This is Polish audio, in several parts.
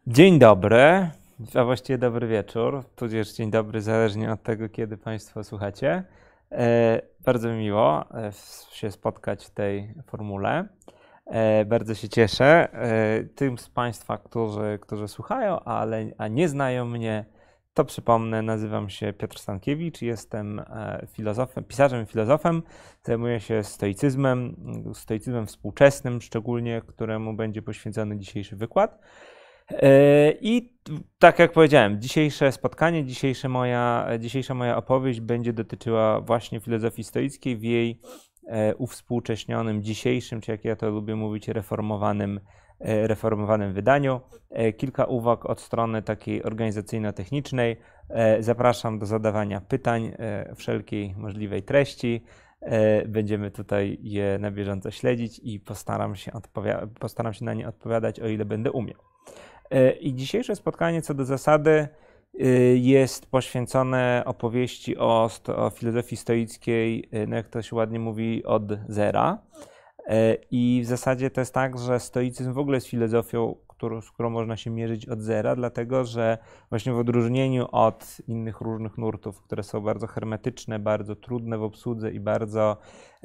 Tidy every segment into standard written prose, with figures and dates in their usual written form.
Dzień dobry, a właściwie dobry wieczór, tudzież dzień dobry, zależnie od tego, kiedy Państwo słuchacie. Bardzo mi miło się spotkać w tej formule. Bardzo się cieszę. Tym z Państwa, którzy słuchają, a nie znają mnie, to przypomnę, nazywam się Piotr Stankiewicz, jestem filozofem, pisarzem i filozofem, zajmuję się stoicyzmem współczesnym szczególnie, któremu będzie poświęcony dzisiejszy wykład. I tak jak powiedziałem, dzisiejsze spotkanie, dzisiejsza moja opowieść będzie dotyczyła właśnie filozofii stoickiej w jej uwspółcześnionym, dzisiejszym, czy jak ja to lubię mówić, reformowanym wydaniu. Kilka uwag od strony takiej organizacyjno-technicznej. Zapraszam do zadawania pytań wszelkiej możliwej treści. Będziemy tutaj je na bieżąco śledzić i postaram się na nie odpowiadać, o ile będę umiał. I dzisiejsze spotkanie co do zasady jest poświęcone opowieści o filozofii stoickiej, no jak to się ładnie mówi, od zera. I w zasadzie to jest tak, że stoicyzm w ogóle jest filozofią, z którą można się mierzyć od zera, dlatego że właśnie w odróżnieniu od innych różnych nurtów, które są bardzo hermetyczne, bardzo trudne w obsłudze i bardzo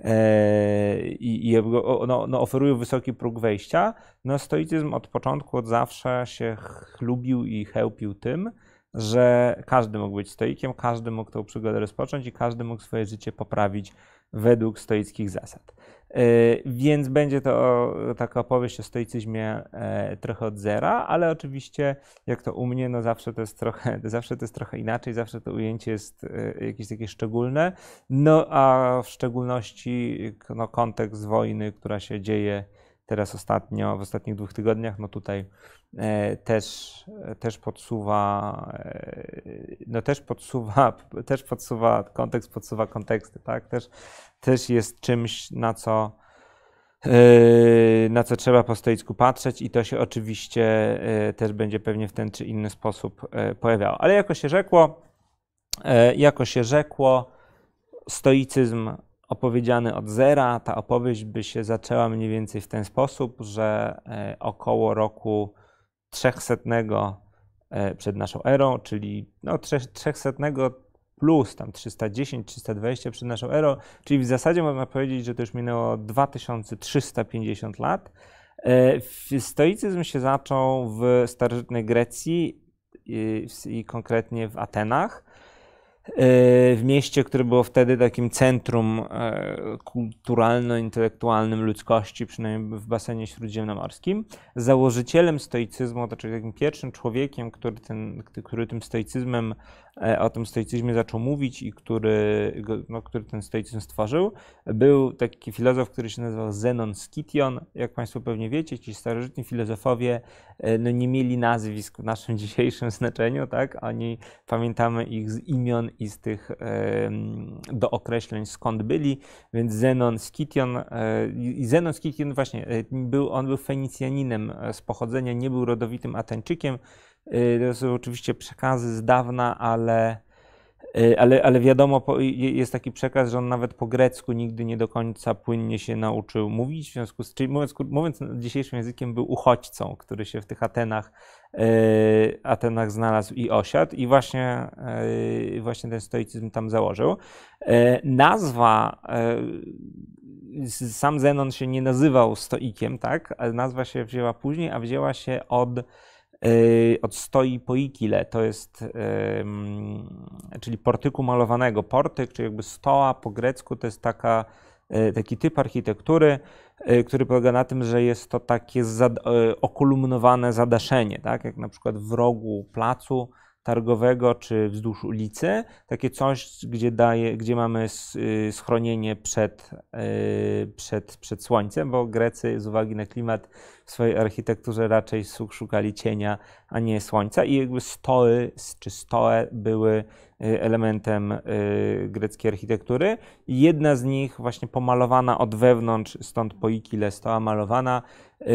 oferują wysoki próg wejścia, no stoicyzm od początku, od zawsze się chlubił i chełpił tym, że każdy mógł być stoikiem, każdy mógł tę przygodę rozpocząć i każdy mógł swoje życie poprawić według stoickich zasad. Więc będzie to taka opowieść o stoicyzmie trochę od zera, ale oczywiście jak to u mnie, no zawsze to jest trochę inaczej, zawsze to ujęcie jest jakieś takie szczególne, no a w szczególności no, kontekst wojny, która się dzieje teraz ostatnio, w ostatnich 2 tygodniach, no tutaj też podsuwa kontekst, podsuwa konteksty, tak? Też jest czymś, na co trzeba po stoicku patrzeć i to się oczywiście też będzie pewnie w ten czy inny sposób pojawiało. Ale jako się rzekło, stoicyzm opowiedziany od zera, ta opowieść by się zaczęła mniej więcej w ten sposób, że około roku 300 przed naszą erą, czyli no 300 plus tam 310, 320 przed naszą erą, czyli w zasadzie można powiedzieć, że to już minęło 2350 lat. Stoicyzm się zaczął w starożytnej Grecji i konkretnie w Atenach, w mieście, które było wtedy takim centrum kulturalno-intelektualnym ludzkości, przynajmniej w basenie śródziemnomorskim. Założycielem stoicyzmu, to czyli takim pierwszym człowiekiem, który o tym stoicyzmie zaczął mówić i który ten stoicyzm stworzył, był taki filozof, który się nazywał Zenon Scition. Jak Państwo pewnie wiecie, ci starożytni filozofowie no, nie mieli nazwisk w naszym dzisiejszym znaczeniu, tak? Pamiętamy ich z imion i z tych dookreśleń, skąd byli, więc Zenon Scition właśnie, on był Fenicjaninem z pochodzenia, nie był rodowitym Ateńczykiem. To są oczywiście przekazy z dawna, ale wiadomo, jest taki przekaz, że on nawet po grecku nigdy nie do końca płynnie się nauczył mówić, w związku z czym, mówiąc dzisiejszym językiem, był uchodźcą, który się w tych Atenach znalazł i osiadł i właśnie ten stoicyzm tam założył. Sam Zenon się nie nazywał stoikiem, tak, ale nazwa się wzięła później, a wzięła się od stoi poikile, to jest, czyli portyku malowanego. Portyk, czyli jakby stoła po grecku, to jest taki typ architektury, który polega na tym, że jest to takie okolumnowane zadaszenie, tak? Jak na przykład w rogu placu targowego czy wzdłuż ulicy, takie coś, gdzie mamy schronienie przed słońcem, bo Grecy z uwagi na klimat w swojej architekturze raczej szukali cienia, a nie słońca i jakby stoły czy stoe były elementem greckiej architektury. I jedna z nich właśnie pomalowana od wewnątrz, stąd poikile, stoła malowana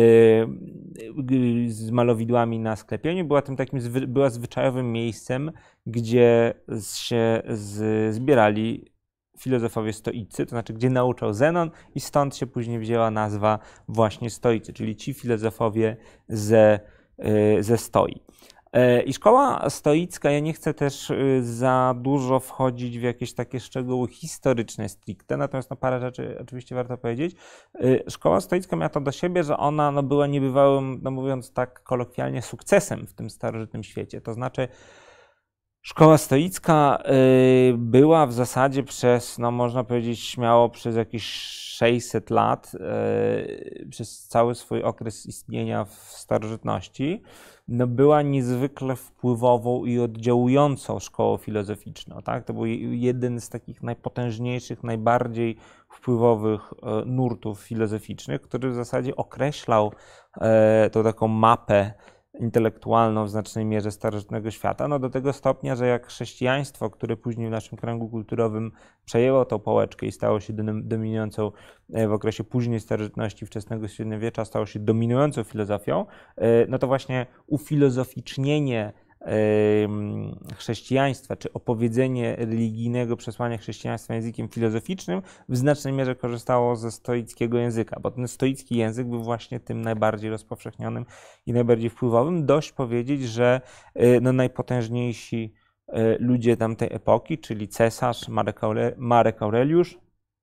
z malowidłami na sklepieniu, była zwyczajowym miejscem, gdzie się zbierali filozofowie stoicy, to znaczy gdzie nauczał Zenon i stąd się później wzięła nazwa właśnie stoicy, czyli ci filozofowie ze ze stoi. I szkoła stoicka, ja nie chcę też za dużo wchodzić w jakieś takie szczegóły historyczne stricte, natomiast parę rzeczy oczywiście warto powiedzieć. Szkoła stoicka miała to do siebie, że ona była niebywałym, mówiąc tak kolokwialnie, sukcesem w tym starożytnym świecie. To znaczy szkoła stoicka była w zasadzie przez, można powiedzieć śmiało, przez jakieś 600 lat, przez cały swój okres istnienia w starożytności, była niezwykle wpływową i oddziałującą szkołą filozoficzną. Tak? To był jeden z takich najpotężniejszych, najbardziej wpływowych nurtów filozoficznych, który w zasadzie określał tą taką mapę intelektualną w znacznej mierze starożytnego świata, do tego stopnia, że jak chrześcijaństwo, które później w naszym kręgu kulturowym przejęło tą pałeczkę i stało się dominującą w okresie późnej starożytności, wczesnego średniowiecza, stało się dominującą filozofią, to właśnie ufilozoficznienie chrześcijaństwa, czy opowiedzenie religijnego przesłania chrześcijaństwa językiem filozoficznym w znacznej mierze korzystało ze stoickiego języka, bo ten stoicki język był właśnie tym najbardziej rozpowszechnionym i najbardziej wpływowym. Dość powiedzieć, że najpotężniejsi ludzie tamtej epoki, czyli cesarz Marek Aureliusz,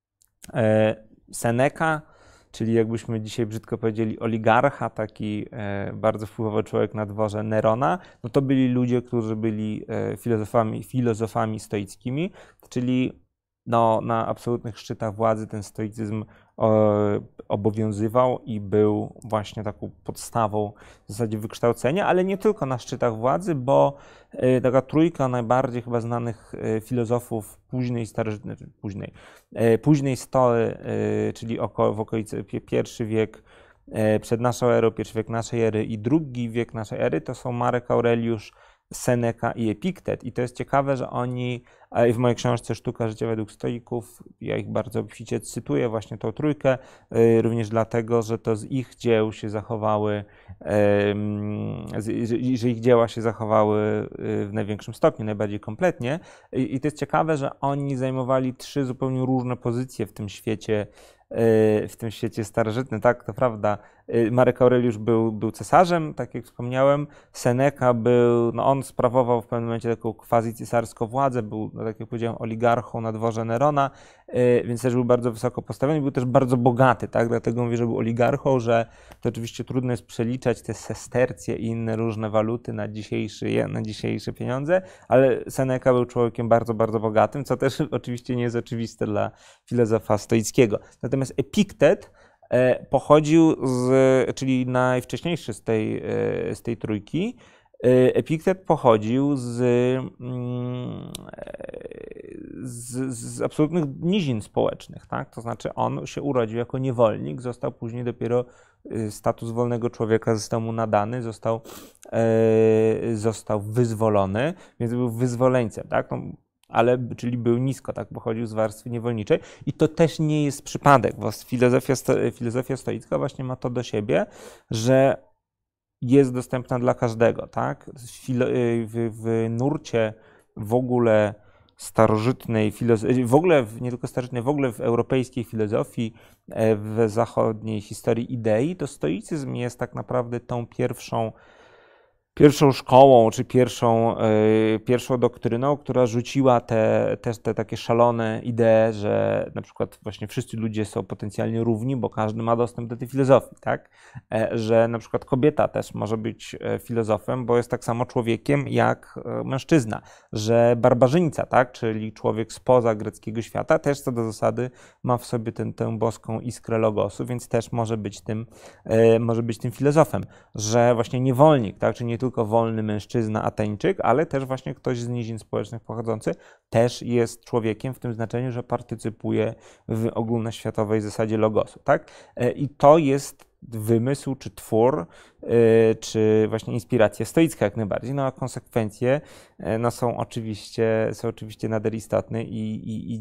Seneca, czyli jakbyśmy dzisiaj brzydko powiedzieli oligarcha, taki bardzo wpływowy człowiek na dworze Nerona, to byli ludzie, którzy byli filozofami stoickimi, czyli na absolutnych szczytach władzy ten stoicyzm obowiązywał i był właśnie taką podstawą w zasadzie wykształcenia, ale nie tylko na szczytach władzy, bo taka trójka najbardziej chyba znanych filozofów późnej stoły, czyli w okolicy I wiek przed naszą erą, I wiek naszej ery i II wiek naszej ery, to są Marek Aureliusz, Seneca i Epiktet. I to jest ciekawe, że oni, w mojej książce Sztuka życia według stoików, ja ich bardzo obficie cytuję, właśnie tą trójkę, również dlatego, że to z ich dzieł się zachowały, że ich dzieła się zachowały w największym stopniu, najbardziej kompletnie. I to jest ciekawe, że oni zajmowali 3 zupełnie różne pozycje w tym świecie starożytnym, tak, to prawda. Marek Aureliusz był cesarzem, tak jak wspomniałem. Seneca on sprawował w pewnym momencie taką quasi-cesarską władzę, był, tak jak powiedziałem, oligarchą na dworze Nerona, więc też był bardzo wysoko postawiony, był też bardzo bogaty, tak, dlatego mówię, że był oligarchą, że to oczywiście trudno jest przeliczać te sestercje i inne różne waluty na dzisiejsze pieniądze, ale Seneca był człowiekiem bardzo, bardzo bogatym, co też oczywiście nie jest oczywiste dla filozofa stoickiego. Natomiast Epiktet pochodził czyli najwcześniejszy z tej trójki, Epiktet pochodził z absolutnych nizin społecznych, tak? To znaczy on się urodził jako niewolnik, został później dopiero status wolnego człowieka został mu nadany, został wyzwolony, więc był wyzwoleńcem, tak? Czyli był nisko, tak, pochodził z warstwy niewolniczej i to też nie jest przypadek, bo filozofia stoicka właśnie ma to do że jest dostępna dla każdego, tak? W nurcie w ogóle starożytnej filozofii, w ogóle nie tylko starożytnej, w ogóle w europejskiej filozofii, w zachodniej historii idei, to stoicyzm jest tak naprawdę tą pierwszą szkołą, czy pierwszą doktryną, która rzuciła te takie szalone idee, że na przykład właśnie wszyscy ludzie są potencjalnie równi, bo każdy ma dostęp do tej filozofii, tak? Że na przykład kobieta też może być filozofem, bo jest tak samo człowiekiem jak mężczyzna, że barbarzyńca, tak? Czyli człowiek spoza greckiego świata też co do zasady ma w sobie tę boską iskrę logosu, więc też może być tym filozofem, że właśnie niewolnik, tak? Czy nie tylko wolny mężczyzna, Ateńczyk, ale też właśnie ktoś z nizin społecznych pochodzący, też jest człowiekiem w tym znaczeniu, że partycypuje w ogólnoświatowej zasadzie logosu, tak? I to jest wymysł, czy twór, czy właśnie inspiracja stoicka jak najbardziej, a konsekwencje są oczywiście nader istotne i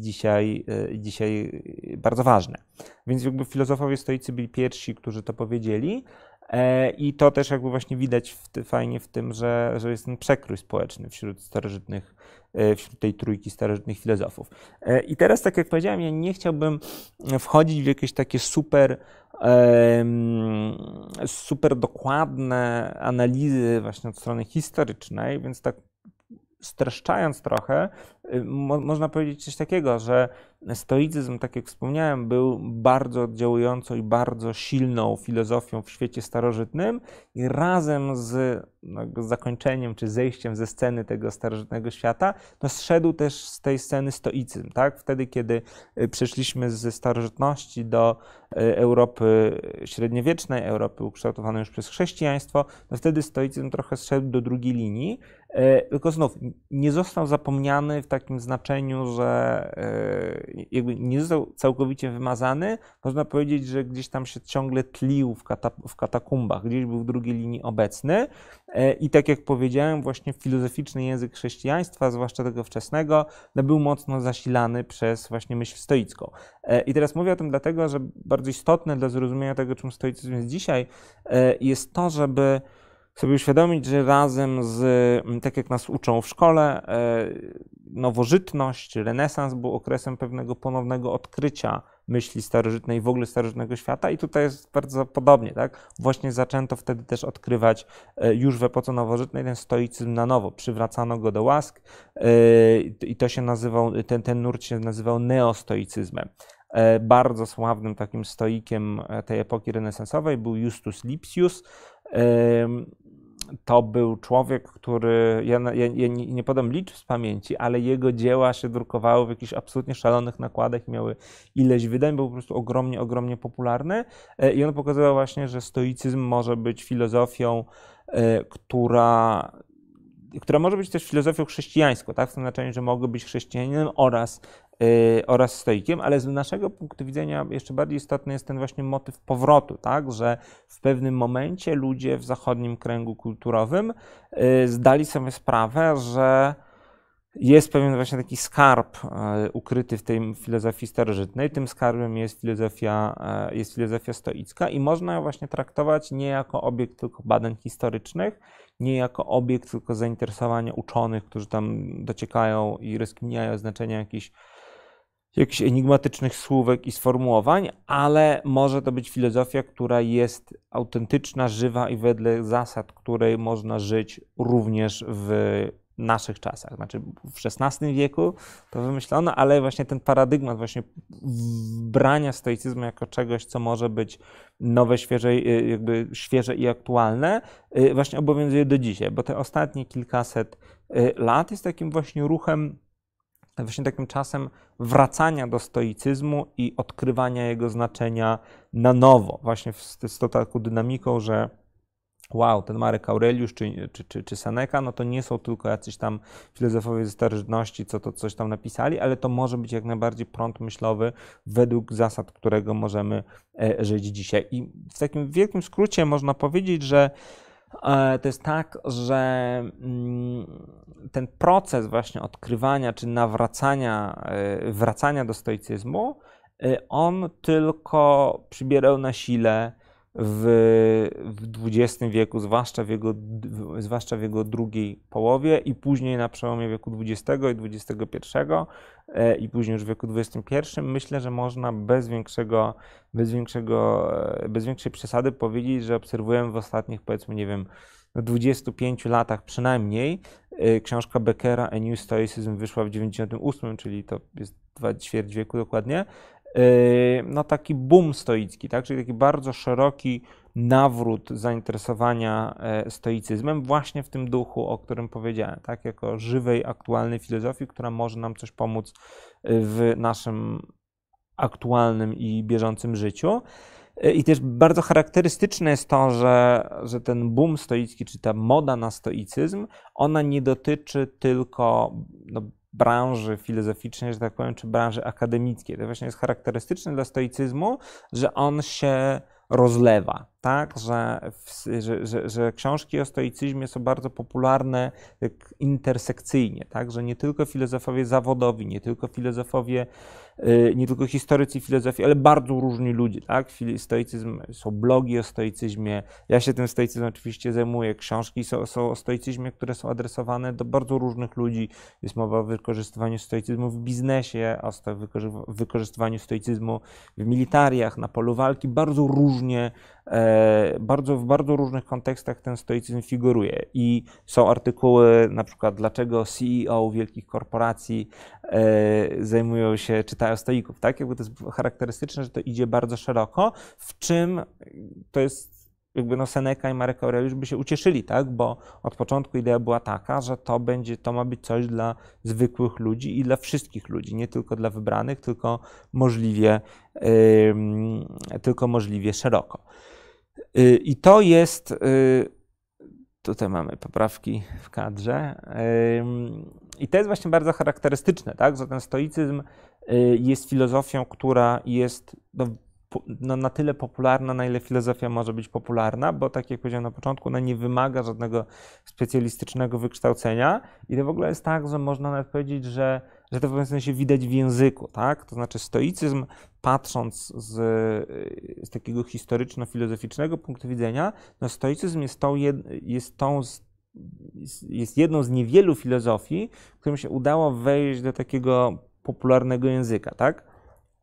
dzisiaj bardzo ważne. Więc jakby filozofowie stoicy byli pierwsi, którzy to powiedzieli, I to też jakby właśnie widać fajnie w tym, że jest ten przekrój społeczny wśród wśród tej trójki starożytnych filozofów. I teraz, tak jak powiedziałem, ja nie chciałbym wchodzić w jakieś takie super dokładne analizy właśnie od strony historycznej, więc tak streszczając trochę, można powiedzieć coś takiego, że stoicyzm, tak jak wspomniałem, był bardzo oddziałującą i bardzo silną filozofią w świecie starożytnym i razem z zakończeniem czy zejściem ze sceny tego starożytnego świata, zszedł też z tej sceny stoicyzm, tak? Wtedy, kiedy przeszliśmy ze starożytności do Europy średniowiecznej, Europy ukształtowanej już przez chrześcijaństwo, wtedy stoicyzm trochę zszedł do drugiej linii, tylko znów nie został zapomniany w takim znaczeniu, że jakby nie został całkowicie wymazany. Można powiedzieć, że gdzieś tam się ciągle tlił w katakumbach, gdzieś był w drugiej linii obecny. I tak jak powiedziałem, właśnie filozoficzny język chrześcijaństwa, zwłaszcza tego wczesnego, był mocno zasilany przez właśnie myśl stoicką. I teraz mówię o tym dlatego, że bardzo istotne dla zrozumienia tego, czym stoicyzm jest dzisiaj, jest to, żeby sobie uświadomić, że razem tak jak nas uczą w szkole, nowożytność, renesans był okresem pewnego ponownego odkrycia myśli starożytnej, w ogóle starożytnego świata i tutaj jest bardzo podobnie, tak? Właśnie zaczęto wtedy też odkrywać już w epoce nowożytnej ten stoicyzm na nowo, przywracano go do łask i to się nazywał, ten nurt się nazywał neostoicyzmem. Bardzo sławnym takim stoikiem tej epoki renesansowej był Justus Lipsius. To był człowiek, który, ja nie podam liczb z pamięci, ale jego dzieła się drukowały w jakichś absolutnie szalonych nakładach i miały ileś wydań, był po prostu ogromnie, ogromnie popularny i on pokazywał właśnie, że stoicyzm może być filozofią, która może być też filozofią chrześcijańską, tak? W tym znaczeniu, że mogę być chrześcijaninem oraz stoikiem, ale z naszego punktu widzenia jeszcze bardziej istotny jest ten właśnie motyw powrotu, tak? Że w pewnym momencie ludzie w zachodnim kręgu kulturowym zdali sobie sprawę, że jest pewien właśnie taki skarb ukryty w tej filozofii starożytnej. Tym skarbem jest filozofia stoicka i można ją właśnie traktować nie jako obiekt tylko badań historycznych, nie jako obiekt tylko zainteresowania uczonych, którzy tam dociekają i rozkminiają znaczenia jakichś enigmatycznych słówek i sformułowań, ale może to być filozofia, która jest autentyczna, żywa i wedle zasad, której można żyć również w naszych czasach. Znaczy w XVI wieku to wymyślono, ale właśnie ten paradygmat właśnie brania stoicyzmu jako czegoś, co może być nowe, świeże i aktualne, właśnie obowiązuje do dzisiaj, bo te ostatnie kilkaset lat jest takim właśnie ruchem, właśnie takim czasem wracania do stoicyzmu i odkrywania jego znaczenia na nowo, właśnie z tą taką dynamiką, że wow, ten Marek Aureliusz czy Seneca, no to nie są tylko jacyś tam filozofowie ze starożytności, co to coś tam napisali, ale to może być jak najbardziej prąd myślowy, według zasad którego możemy żyć dzisiaj. I w takim wielkim skrócie można powiedzieć, że to jest tak, że ten proces właśnie odkrywania czy wracania do stoicyzmu, on tylko przybierał na sile w XX wieku, zwłaszcza w jego drugiej połowie i później na przełomie wieku XX i XXI i później już w wieku XXI. Myślę, że można bez większej przesady powiedzieć, że obserwujemy w ostatnich, powiedzmy, nie wiem, 25 latach przynajmniej. Książka Beckera A New Stoicism wyszła w 98, czyli to jest ćwierć wieku dokładnie. No taki boom stoicki, tak? Czyli taki bardzo szeroki nawrót zainteresowania stoicyzmem właśnie w tym duchu, o którym powiedziałem, tak? Jako żywej, aktualnej filozofii, która może nam coś pomóc w naszym aktualnym i bieżącym życiu. I też bardzo charakterystyczne jest to, że ten boom stoicki, czy ta moda na stoicyzm, ona nie dotyczy tylko branży filozoficznej, że tak powiem, czy branży akademickiej. To właśnie jest charakterystyczne dla stoicyzmu, że on się rozlewa. tak, że książki o stoicyzmie są bardzo popularne tak intersekcyjnie, tak, że nie tylko filozofowie zawodowi, nie tylko filozofowie, nie tylko historycy filozofii, ale bardzo różni ludzie, tak? Stoicyzm, są blogi o stoicyzmie, ja się tym stoicyzmem oczywiście zajmuję, książki są o stoicyzmie, które są adresowane do bardzo różnych ludzi, jest mowa o wykorzystywaniu stoicyzmu w biznesie, o wykorzystywaniu stoicyzmu w militariach, na polu walki, bardzo różnie, w bardzo różnych kontekstach ten stoicyzm figuruje i są artykuły, na przykład dlaczego CEO wielkich korporacji zajmują się, czytają stoików, tak? Jakby to jest charakterystyczne, że to idzie bardzo szeroko, w czym to jest jakby no Seneca i Marek Aureliusz by się ucieszyli, tak? Bo od początku idea była taka, że to ma być coś dla zwykłych ludzi i dla wszystkich ludzi, nie tylko dla wybranych, tylko możliwie szeroko. I to jest, tutaj mamy poprawki w kadrze, i to jest właśnie bardzo charakterystyczne, tak? Że ten stoicyzm jest filozofią, która jest na tyle popularna, na ile filozofia może być popularna, bo tak jak powiedziałem na początku, ona nie wymaga żadnego specjalistycznego wykształcenia i to w ogóle jest tak, że można nawet powiedzieć, że to w pewnym sensie widać w języku, tak? To znaczy stoicyzm, patrząc z takiego historyczno-filozoficznego punktu widzenia, no stoicyzm jest jedną z niewielu filozofii, którym się udało wejść do takiego popularnego języka, tak?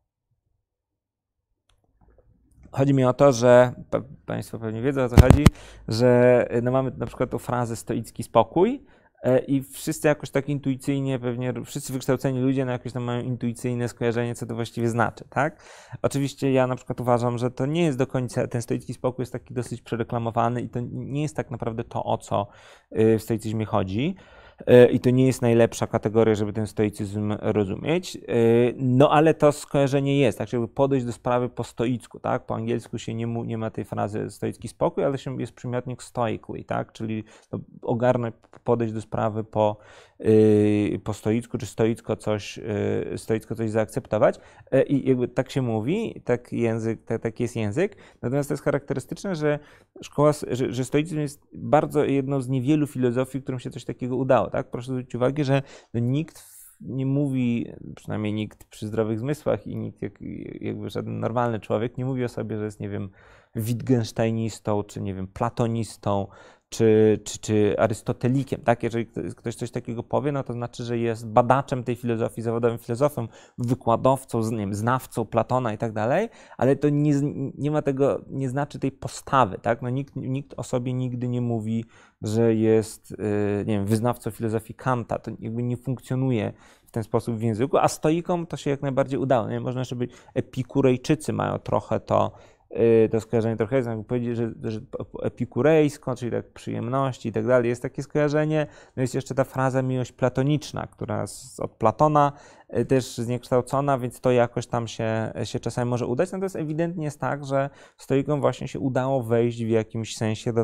Chodzi mi o to, że Państwo pewnie wiedzą, o co chodzi, że no mamy na przykład tą frazę stoicki spokój i wszyscy jakoś tak intuicyjnie, pewnie wszyscy wykształceni ludzie jakoś tam mają intuicyjne skojarzenie, co to właściwie znaczy, tak? Oczywiście ja na przykład uważam, że to nie jest do końca, ten stoicki spokój jest taki dosyć przereklamowany i to nie jest tak naprawdę to, o co w stoicyzmie chodzi. I to nie jest najlepsza kategoria, żeby ten stoicyzm rozumieć, no ale to skojarzenie jest, tak, żeby podejść do sprawy po stoicku, tak, po angielsku się nie ma tej frazy stoicki spokój, ale jest przymiotnik stoically, tak, czyli ogarnąć, podejść do sprawy po stoicku, czy stoicko coś zaakceptować i jakby tak się mówi, tak jest język, natomiast to jest charakterystyczne, że że stoicyzm jest bardzo jedną z niewielu filozofii, którym się coś takiego udało, tak? Proszę zwrócić uwagę, że nikt nie mówi, przynajmniej nikt przy zdrowych zmysłach i nikt jakby żaden normalny człowiek nie mówi o sobie, że jest, nie wiem, Wittgensteinistą, czy nie wiem, platonistą, czy arystotelikiem, tak? Jeżeli ktoś coś takiego powie, no to znaczy, że jest badaczem tej filozofii, zawodowym filozofem, wykładowcą, nie wiem, znawcą Platona i tak dalej, ale to nie ma tego, nie znaczy tej postawy, tak? No nikt o sobie nigdy nie mówi, że jest, nie wiem, wyznawcą filozofii Kanta, to jakby nie funkcjonuje w ten sposób w języku, a stoikom to się jak najbardziej udało. Nie? Można jeszcze być, Epikurejczycy mają trochę to skojarzenie trochę jest, jakby powiedzieć, że epikurejsko, czyli tak przyjemności i tak dalej, jest takie skojarzenie. No jest jeszcze ta fraza miłość platoniczna, która jest od Platona też zniekształcona, więc to jakoś tam się czasami może udać. Natomiast ewidentnie jest tak, że stoikom właśnie się udało wejść w jakimś sensie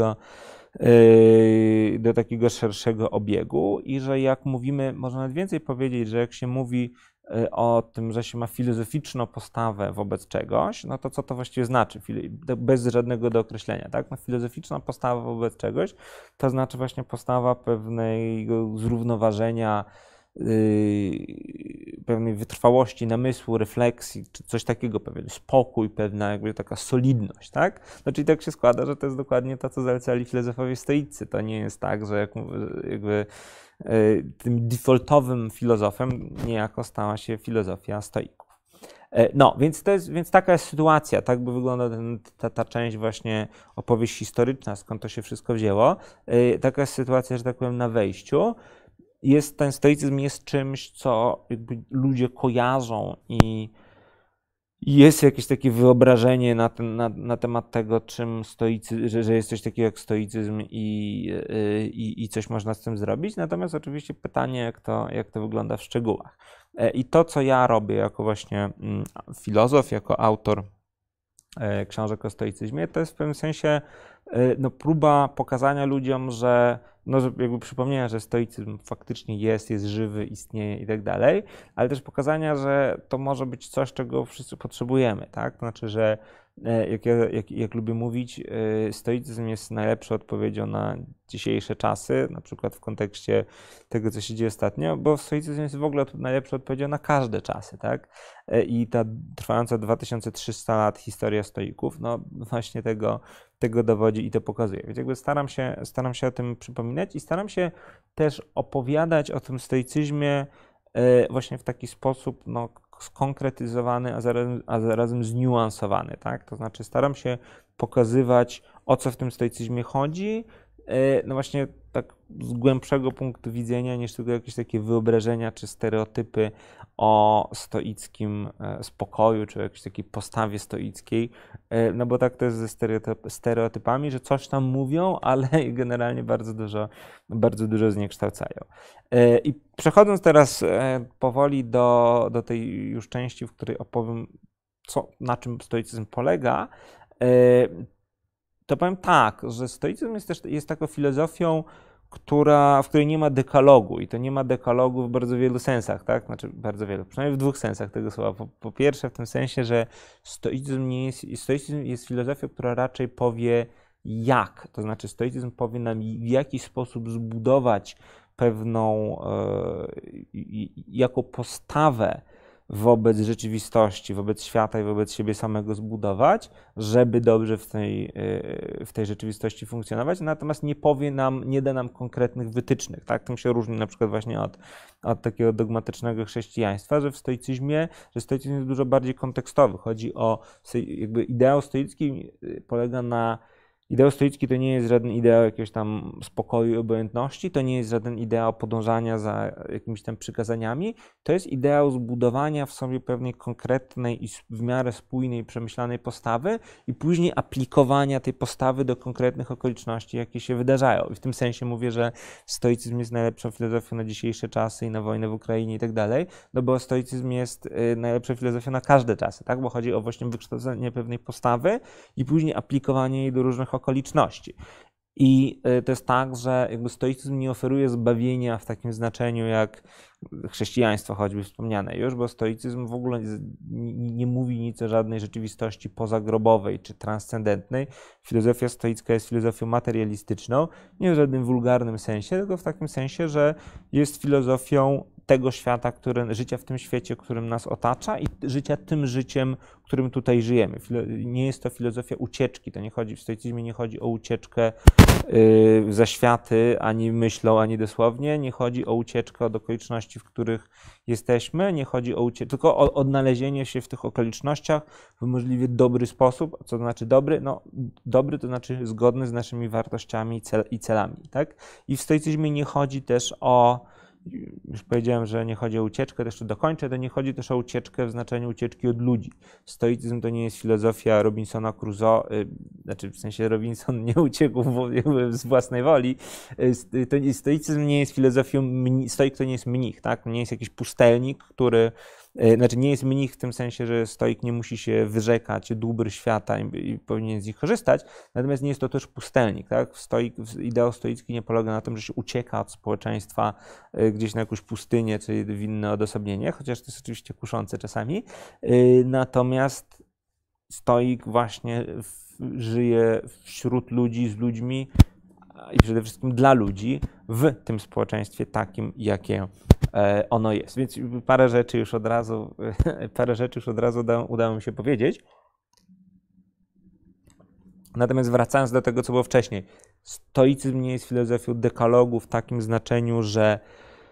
do takiego szerszego obiegu i że jak mówimy, można nawet więcej powiedzieć, że jak się mówi o tym, że się ma filozoficzną postawę wobec czegoś, no to co to właściwie znaczy, bez żadnego dookreślenia, tak? No, filozoficzna postawa wobec czegoś to znaczy właśnie postawa pewnego zrównoważenia, pewnej wytrwałości namysłu, refleksji, czy coś takiego, pewien spokój, pewna jakby taka solidność, tak? No czyli tak się składa, że to jest dokładnie to, co zalecali filozofowie stoicy. To nie jest tak, że jakby tym defaultowym filozofem niejako stała się filozofia stoików. No, więc taka jest sytuacja, tak by wygląda ta część właśnie opowieść historyczna, skąd to się wszystko wzięło. Taka jest sytuacja, że tak powiem, na wejściu. Ten stoicyzm jest czymś, co jakby ludzie kojarzą i jest jakieś takie wyobrażenie na temat tego, czym że jest coś takiego jak stoicyzm i coś można z tym zrobić. Natomiast oczywiście pytanie, jak to wygląda w szczegółach. I to, co ja robię jako właśnie filozof, jako autor książek o stoicyzmie, to jest w pewnym sensie no, próba pokazania ludziom, że no, że jakby przypomnienia, że stoicyzm faktycznie jest żywy, istnieje i tak dalej, ale też pokazania, że to może być coś, czego wszyscy potrzebujemy, tak? To znaczy, że jak lubię mówić, stoicyzm jest najlepszą odpowiedzią na dzisiejsze czasy, na przykład w kontekście tego, co się dzieje ostatnio, bo stoicyzm jest w ogóle najlepszą odpowiedzią na każde czasy, tak? I ta trwająca 2300 lat historia stoików, no właśnie tego dowodzi i to pokazuje. Więc jakby staram się o tym przypominać i staram się też opowiadać o tym stoicyzmie właśnie w taki sposób no, skonkretyzowany, a zarazem zniuansowany, tak? To znaczy staram się pokazywać, o co w tym stoicyzmie chodzi, no właśnie tak z głębszego punktu widzenia niż tylko jakieś takie wyobrażenia czy stereotypy o stoickim spokoju, czy jakiejś takiej postawie stoickiej, no bo tak to jest ze stereotypami, że coś tam mówią, ale generalnie bardzo dużo zniekształcają. I przechodząc teraz powoli do tej już części, w której opowiem, na czym stoicyzm polega, to powiem tak, że stoicyzm jest taką filozofią, w której nie ma dekalogu i to nie ma dekalogu w bardzo wielu sensach, tak? Znaczy bardzo wielu, przynajmniej w dwóch sensach tego słowa. Po pierwsze w tym sensie, że stoicyzm jest filozofią, która raczej powie jak, to znaczy stoicyzm powie nam w jaki sposób zbudować pewną jako postawę wobec rzeczywistości, wobec świata i wobec siebie samego zbudować, żeby dobrze w tej rzeczywistości funkcjonować, natomiast nie da nam konkretnych wytycznych. Tak? Tym się różni na przykład właśnie od takiego dogmatycznego chrześcijaństwa, że stoicyzm jest dużo bardziej kontekstowy. Chodzi o, jakby ideał stoicki polega na Ideał stoicki to nie jest żaden ideał jakiegoś tam spokoju i obojętności, to nie jest żaden ideał podążania za jakimiś tam przykazaniami, to jest ideał zbudowania w sobie pewnej konkretnej i w miarę spójnej, przemyślanej postawy i później aplikowania tej postawy do konkretnych okoliczności, jakie się wydarzają. I w tym sensie mówię, że stoicyzm jest najlepszą filozofią na dzisiejsze czasy i na wojnę w Ukrainie i tak dalej, no bo stoicyzm jest najlepszą filozofią na każde czasy, tak? Bo chodzi o właśnie wykształcenie pewnej postawy i później aplikowanie jej do różnych okoliczności. I to jest tak, że jakby stoicyzm nie oferuje zbawienia w takim znaczeniu jak chrześcijaństwo choćby wspomniane już, bo stoicyzm w ogóle nie mówi nic o żadnej rzeczywistości pozagrobowej czy transcendentnej. Filozofia stoicka jest filozofią materialistyczną, nie w żadnym wulgarnym sensie, tylko w takim sensie, że jest filozofią tego świata, życia w tym świecie, którym nas otacza i życia tym życiem, którym tutaj żyjemy. Nie jest to filozofia ucieczki, w stoicyzmie nie chodzi o ucieczkę w zaświaty, ani myślą, ani dosłownie, nie chodzi o ucieczkę od okoliczności, w których jesteśmy, nie chodzi o ucieczkę, tylko o odnalezienie się w tych okolicznościach w możliwie dobry sposób. Co to znaczy dobry? No, dobry to znaczy zgodny z naszymi wartościami i celami, tak? I w stoicyzmie nie chodzi też już powiedziałem, że nie chodzi o ucieczkę, to jeszcze dokończę, to nie chodzi też o ucieczkę w znaczeniu ucieczki od ludzi. Stoicyzm to nie jest filozofia Robinsona Crusoe, znaczy w sensie Robinson nie uciekł z własnej woli. Stoicyzm nie jest filozofią, stoik to nie jest mnich, tak? Nie jest jakiś pustelnik, znaczy nie jest mnich w tym sensie, że stoik nie musi się wyrzekać dóbr świata i powinien z nich korzystać, natomiast nie jest to też pustelnik, tak? Ideał stoicki nie polega na tym, że się ucieka od społeczeństwa gdzieś na jakąś pustynię czy w inne odosobnienie, chociaż to jest oczywiście kuszące czasami, natomiast stoik właśnie żyje wśród ludzi, z ludźmi i przede wszystkim dla ludzi w tym społeczeństwie takim, jakie ono jest. Więc parę rzeczy już od razu udało mi się powiedzieć. Natomiast wracając do tego, co było wcześniej, stoicyzm nie jest filozofią dekalogu w takim znaczeniu, że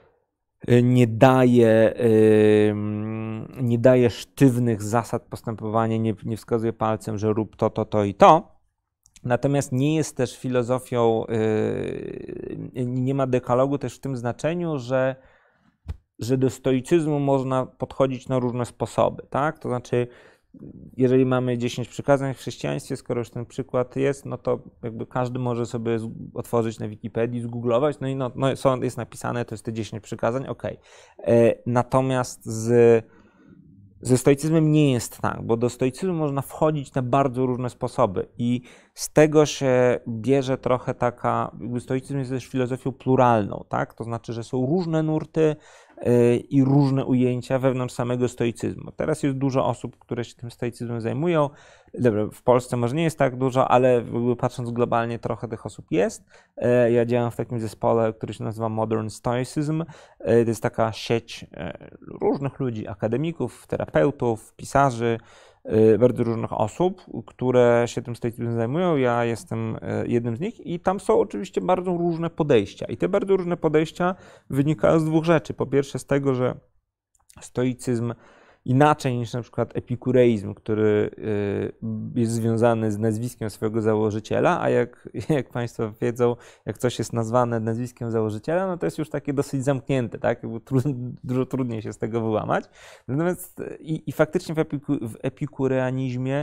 nie daje sztywnych zasad postępowania, nie wskazuje palcem, że rób to i to. Natomiast nie jest też filozofią, nie ma dekalogu też w tym znaczeniu, że do stoicyzmu można podchodzić na różne sposoby, tak? To znaczy, jeżeli mamy 10 przykazań w chrześcijaństwie, skoro już ten przykład jest, no to jakby każdy może sobie otworzyć na Wikipedii, zgooglować, jest napisane, to jest te 10 przykazań, ok. Natomiast Ze stoicyzmem nie jest tak, bo do stoicyzmu można wchodzić na bardzo różne sposoby i z tego się bierze trochę taka, jakby stoicyzm jest też filozofią pluralną, tak? To znaczy, że są różne nurty i różne ujęcia wewnątrz samego stoicyzmu. Teraz jest dużo osób, które się tym stoicyzmem zajmują. Dobra, w Polsce może nie jest tak dużo, ale jakby patrząc globalnie trochę tych osób jest. Ja działam w takim zespole, który się nazywa Modern Stoicism. To jest taka sieć różnych ludzi, akademików, terapeutów, pisarzy, bardzo różnych osób, które się tym stoicyzmem zajmują. Ja jestem jednym z nich i tam są oczywiście bardzo różne podejścia. I te bardzo różne podejścia wynikają z dwóch rzeczy. Po pierwsze z tego, że stoicyzm inaczej niż na przykład epikureizm, który jest związany z nazwiskiem swojego założyciela, a jak Państwo wiedzą, jak coś jest nazwane nazwiskiem założyciela, no to jest już takie dosyć zamknięte, tak? Dużo trudniej się z tego wyłamać. Natomiast i faktycznie w epikureanizmie,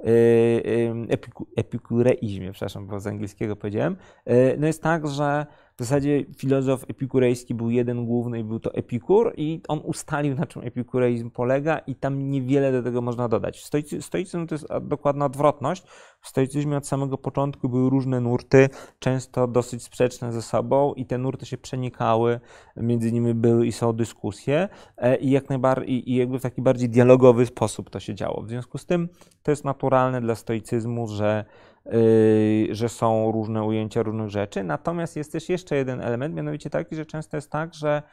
epikureizmie, przepraszam, bo z angielskiego powiedziałem, no jest tak, że w zasadzie filozof epikurejski był jeden główny i był to Epikur i on ustalił, na czym epikureizm polega i tam niewiele do tego można dodać. Stoicyzm to jest dokładna odwrotność. W stoicyzmie od samego początku były różne nurty, często dosyć sprzeczne ze sobą i te nurty się przenikały, między nimi były i są dyskusje i jak najbardziej, i jakby w taki bardziej dialogowy sposób to się działo. W związku z tym to jest naturalne dla stoicyzmu, że są różne ujęcia różnych rzeczy. Natomiast jest też jeszcze jeden element, mianowicie taki, że często jest tak, że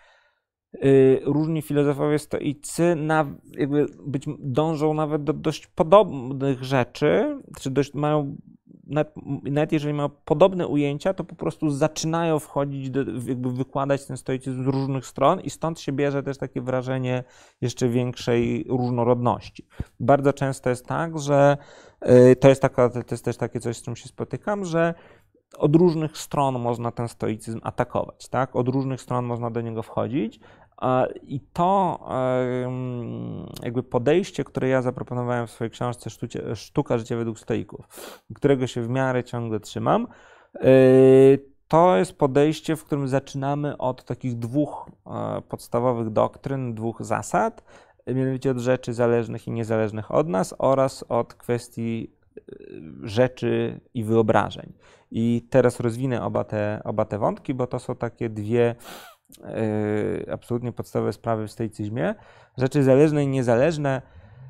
różni filozofowie stoicy jakby dążą nawet do dość podobnych rzeczy, czy mają, nawet jeżeli mają podobne ujęcia, to po prostu zaczynają wchodzić, jakby wykładać ten stoicyzm z różnych stron i stąd się bierze też takie wrażenie jeszcze większej różnorodności. Bardzo często jest tak, że to jest też takie coś, z czym się spotykam, że od różnych stron można ten stoicyzm atakować, tak? Od różnych stron można do niego wchodzić i to jakby podejście, które ja zaproponowałem w swojej książce Sztuka życia według stoików, którego się w miarę ciągle trzymam, to jest podejście, w którym zaczynamy od takich dwóch podstawowych doktryn, dwóch zasad, mianowicie od rzeczy zależnych i niezależnych od nas oraz od kwestii rzeczy i wyobrażeń. I teraz rozwinę oba te wątki, bo to są takie dwie absolutnie podstawowe sprawy w stoicyzmie. Rzeczy zależne i niezależne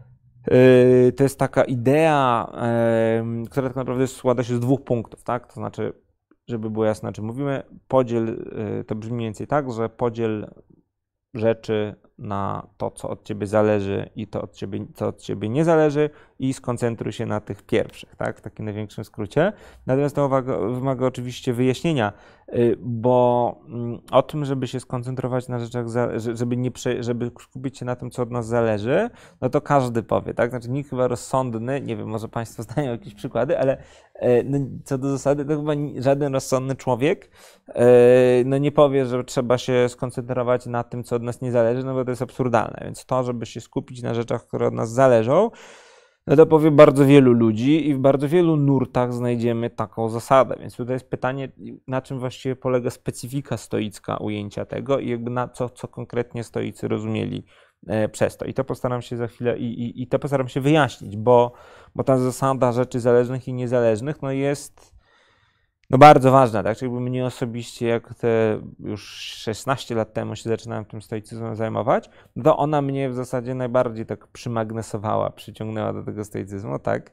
to jest taka idea, która tak naprawdę składa się z dwóch punktów, tak? To znaczy, żeby było jasne, o czym mówimy, to brzmi mniej więcej tak, że podziel rzeczy na to, co od ciebie zależy i to, co od ciebie nie zależy i skoncentruj się na tych pierwszych, tak? W takim największym skrócie. Natomiast to wymaga oczywiście wyjaśnienia, bo o tym, żeby się skoncentrować na rzeczach, żeby skupić się na tym, co od nas zależy, no to każdy powie, tak? Znaczy nikt chyba rozsądny, nie wiem, może Państwo znają jakieś przykłady, ale no, co do zasady, to chyba żaden rozsądny człowiek no nie powie, że trzeba się skoncentrować na tym, co od nas nie zależy, no bo to jest absurdalne. Więc to, żeby się skupić na rzeczach, które od nas zależą, no to powie bardzo wielu ludzi i w bardzo wielu nurtach znajdziemy taką zasadę. Więc tutaj jest pytanie, na czym właściwie polega specyfika stoicka ujęcia tego i jakby na co konkretnie stoicy rozumieli przez to. I to postaram się za chwilę i to postaram się wyjaśnić, bo ta zasada rzeczy zależnych i niezależnych no jest bardzo ważna, tak? Czyli mnie osobiście, jak te już 16 lat temu się zaczynałem tym stoicyzmem zajmować, no to ona mnie w zasadzie najbardziej tak przymagnesowała, przyciągnęła do tego stoicyzmu, tak?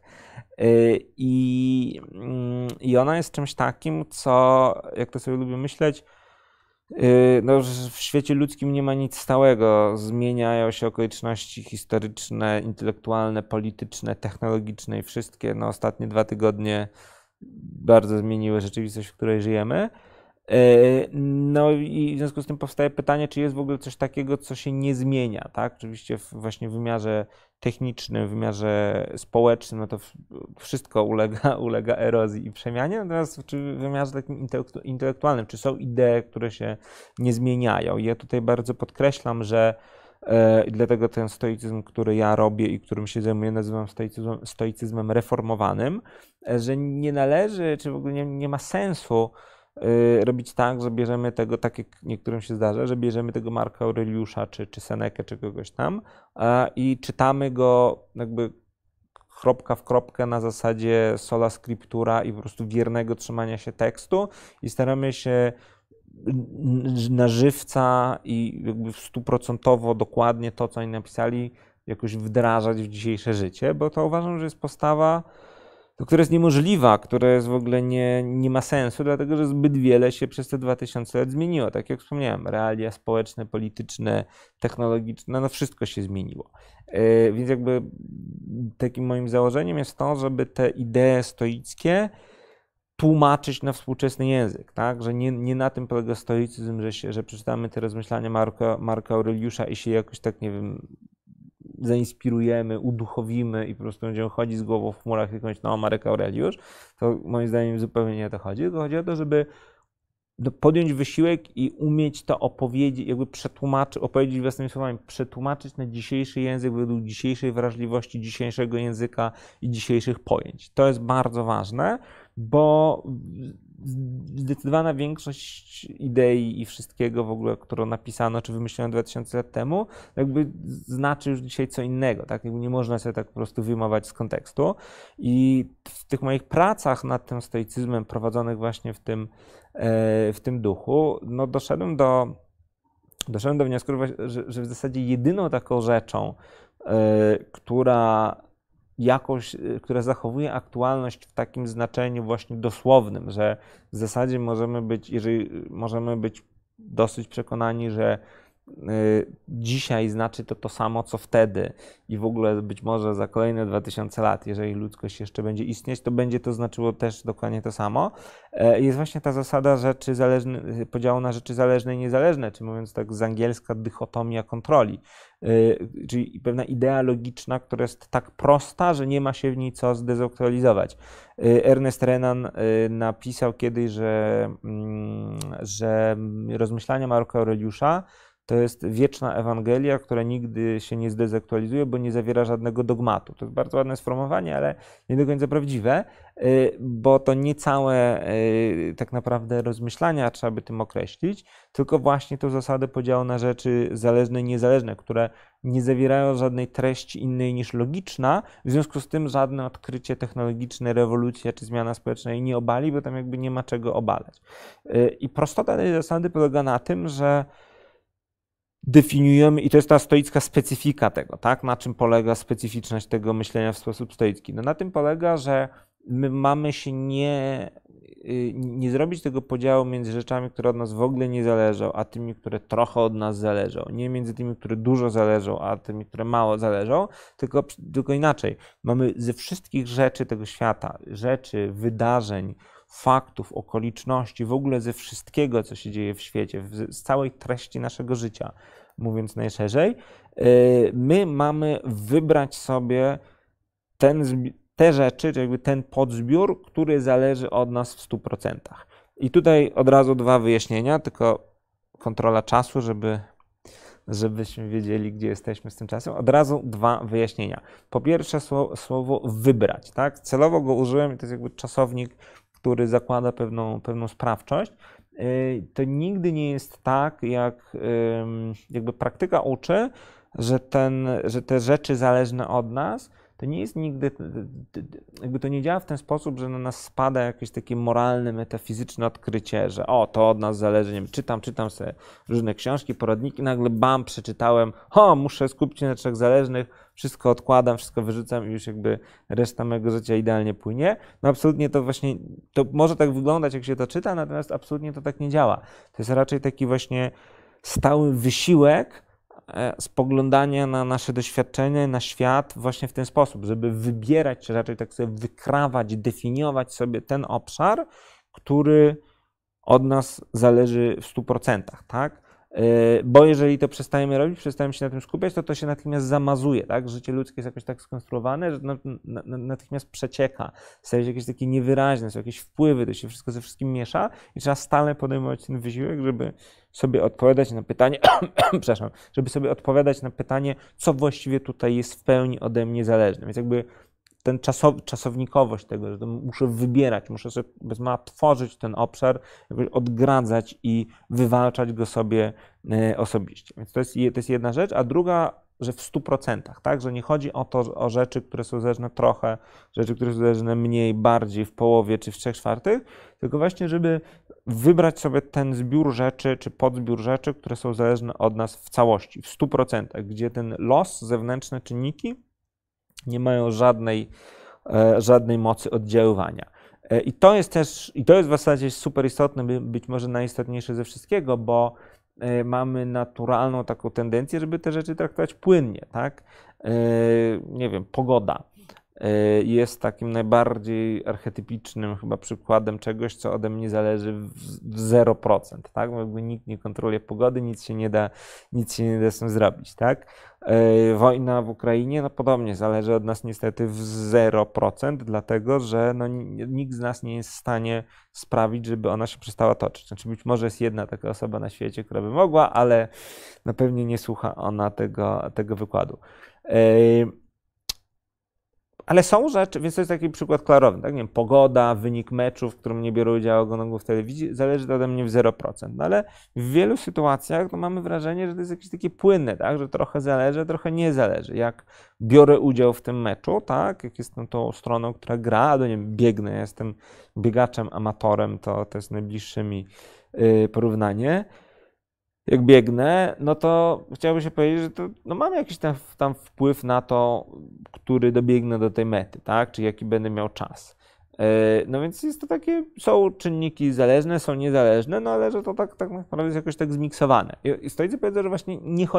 I ona jest czymś takim, co, jak to sobie lubię myśleć, no, w świecie ludzkim nie ma nic stałego. Zmieniają się okoliczności historyczne, intelektualne, polityczne, technologiczne i wszystkie. No, ostatnie 2 tygodnie bardzo zmieniły rzeczywistość, w której żyjemy. No i w związku z tym powstaje pytanie, czy jest w ogóle coś takiego, co się nie zmienia, tak? Oczywiście właśnie w wymiarze technicznym, w wymiarze społecznym, no to wszystko ulega erozji i przemianie, natomiast w wymiarze takim intelektualnym, czy są idee, które się nie zmieniają. I ja tutaj bardzo podkreślam, że i dlatego ten stoicyzm, który ja robię i którym się zajmuję, nazywam stoicyzmem reformowanym, że nie należy, czy w ogóle nie ma sensu robić tak, że bierzemy tego, tak jak niektórym się zdarza, że bierzemy tego Marka Aureliusza, czy Senekę, czy kogoś tam i czytamy go jakby kropka w kropkę na zasadzie sola scriptura i po prostu wiernego trzymania się tekstu i staramy się na żywca i jakby stuprocentowo dokładnie to, co oni napisali, jakoś wdrażać w dzisiejsze życie, bo to uważam, że jest postawa, która jest niemożliwa, która jest w ogóle nie ma sensu, dlatego że zbyt wiele się przez te 2000 lat zmieniło. Tak jak wspomniałem, realia społeczne, polityczne, technologiczne, no wszystko się zmieniło. Więc jakby takim moim założeniem jest to, żeby te idee stoickie tłumaczyć na współczesny język, tak? Że nie na tym polega stoicyzm, że przeczytamy te rozmyślania Marka Aureliusza i się jakoś tak, nie wiem, zainspirujemy, uduchowimy i po prostu będziemy chodzić z głową w chmurach i mówić, no Marek Aureliusz, to moim zdaniem zupełnie nie o to chodzi, tylko chodzi o to, żeby podjąć wysiłek i umieć to opowiedzieć, jakby opowiedzieć własnymi słowami, przetłumaczyć na dzisiejszy język według dzisiejszej wrażliwości, dzisiejszego języka i dzisiejszych pojęć. To jest bardzo ważne, bo zdecydowana większość idei i wszystkiego w ogóle, które napisano czy wymyślono 2000 lat temu, jakby znaczy już dzisiaj co innego, tak? Jakby nie można sobie tak po prostu wyjmować z kontekstu. I w tych moich pracach nad tym stoicyzmem prowadzonych właśnie w tym duchu, no doszedłem do wniosku, że w zasadzie jedyną taką rzeczą, która zachowuje aktualność w takim znaczeniu właśnie dosłownym, że w zasadzie możemy być dosyć przekonani, że dzisiaj znaczy to samo, co wtedy i w ogóle być może za kolejne 2000 lat, jeżeli ludzkość jeszcze będzie istnieć, to będzie to znaczyło też dokładnie to samo. Jest właśnie ta zasada podziału na rzeczy zależne i niezależne, czy mówiąc tak z angielska dychotomia kontroli, czyli pewna idea logiczna, która jest tak prosta, że nie ma się w niej co zdezaktualizować. Ernest Renan napisał kiedyś, że rozmyślania Marka Aureliusza to jest wieczna Ewangelia, która nigdy się nie zdezaktualizuje, bo nie zawiera żadnego dogmatu. To jest bardzo ładne sformułowanie, ale nie do końca prawdziwe, bo to nie całe tak naprawdę rozmyślania trzeba by tym określić, tylko właśnie tę zasadę podziału na rzeczy zależne i niezależne, które nie zawierają żadnej treści innej niż logiczna, w związku z tym żadne odkrycie technologiczne, rewolucja czy zmiana społeczna jej nie obali, bo tam jakby nie ma czego obalać. I prostota tej zasady polega na tym, że definiujemy, i to jest ta stoicka specyfika tego, tak? Na czym polega specyficzność tego myślenia w sposób stoicki? No na tym polega, że my mamy się nie zrobić tego podziału między rzeczami, które od nas w ogóle nie zależą, a tymi, które trochę od nas zależą. Nie między tymi, które dużo zależą, a tymi, które mało zależą, tylko inaczej. Mamy ze wszystkich rzeczy tego świata, rzeczy, wydarzeń, faktów, okoliczności, w ogóle ze wszystkiego, co się dzieje w świecie, z całej treści naszego życia, mówiąc najszerzej, my mamy wybrać sobie te rzeczy, czy jakby ten podzbiór, który zależy od nas w 100%. I tutaj od razu dwa wyjaśnienia, tylko kontrola czasu, żebyśmy wiedzieli, gdzie jesteśmy z tym czasem. Od razu dwa wyjaśnienia. Po pierwsze słowo wybrać, tak? Celowo go użyłem i to jest jakby czasownik, który zakłada pewną sprawczość. To nigdy nie jest tak, jak jakby praktyka uczy, że te rzeczy zależne od nas, to nie jest nigdy, jakby to nie działa w ten sposób, że na nas spada jakieś takie moralne, metafizyczne odkrycie, że to od nas zależy, nie wiem, czytam sobie różne książki, poradniki, nagle przeczytałem, muszę skupić się na rzeczach zależnych, wszystko odkładam, wszystko wyrzucam i już jakby reszta mojego życia idealnie płynie. No absolutnie to właśnie, to może tak wyglądać, jak się to czyta, natomiast absolutnie to tak nie działa. To jest raczej taki właśnie stały wysiłek spoglądania na nasze doświadczenie, na świat właśnie w ten sposób, żeby wybierać, czy raczej tak sobie wykrawać, definiować sobie ten obszar, który od nas zależy w 100%, tak? Bo jeżeli to przestajemy robić, przestajemy się na tym skupiać, to się natychmiast zamazuje, tak? Życie ludzkie jest jakoś tak skonstruowane, że natychmiast przecieka, staje się jakieś takie niewyraźne, są jakieś wpływy, to się wszystko ze wszystkim miesza i trzeba stale podejmować ten wysiłek, żeby sobie odpowiadać na pytanie, przepraszam, żeby sobie odpowiadać na pytanie, co właściwie tutaj jest w pełni ode mnie zależne. Więc jakby ten czasownikowość tego, że to muszę wybierać, muszę sobie tworzyć ten obszar, jakoś odgradzać i wywalczać go sobie osobiście. Więc to jest jedna rzecz, a druga, że w 100%, tak? Że nie chodzi o to, o rzeczy, które są zależne trochę, rzeczy, które są zależne mniej, bardziej, w połowie czy w 3/4, tylko właśnie, żeby wybrać sobie ten zbiór rzeczy czy podzbiór rzeczy, które są zależne od nas w całości, w 100%, gdzie ten los, zewnętrzne czynniki nie mają żadnej mocy oddziaływania. I to jest w zasadzie super istotne, być może najistotniejsze ze wszystkiego, bo mamy naturalną taką tendencję, żeby te rzeczy traktować płynnie, tak? Nie wiem, pogoda jest takim najbardziej archetypicznym chyba przykładem czegoś, co ode mnie zależy w 0%, tak? Bo jakby nikt nie kontroluje pogody, nic się nie da z tym zrobić, tak? Wojna w Ukrainie, no podobnie, zależy od nas niestety w 0%, dlatego że no, nikt z nas nie jest w stanie sprawić, żeby ona się przestała toczyć. Znaczy być może jest jedna taka osoba na świecie, która by mogła, ale no pewnie nie słucha ona tego wykładu. Ale są rzeczy, więc to jest taki przykład klarowny, tak? Nie wiem, pogoda, wynik meczu, w którym nie biorę udziału oglądów w telewizji, zależy to ode mnie w 0%. No ale w wielu sytuacjach no, mamy wrażenie, że to jest jakieś takie płynne, tak? Że trochę zależy, trochę nie zależy. Jak biorę udział w tym meczu, tak? Jak jestem tą stroną, która gra, albo nie wiem, biegnę, ja jestem biegaczem, amatorem, to jest najbliższe mi porównanie. Jak biegnę, no to chciałbym się powiedzieć, że to, no mam jakiś tam wpływ na to, który dobiegnę do tej mety, tak? Czy jaki będę miał czas. No więc jest to takie, są czynniki zależne, są niezależne, no ale że to tak naprawdę jest jakoś tak zmiksowane. I stoicy powiedzą, że właśnie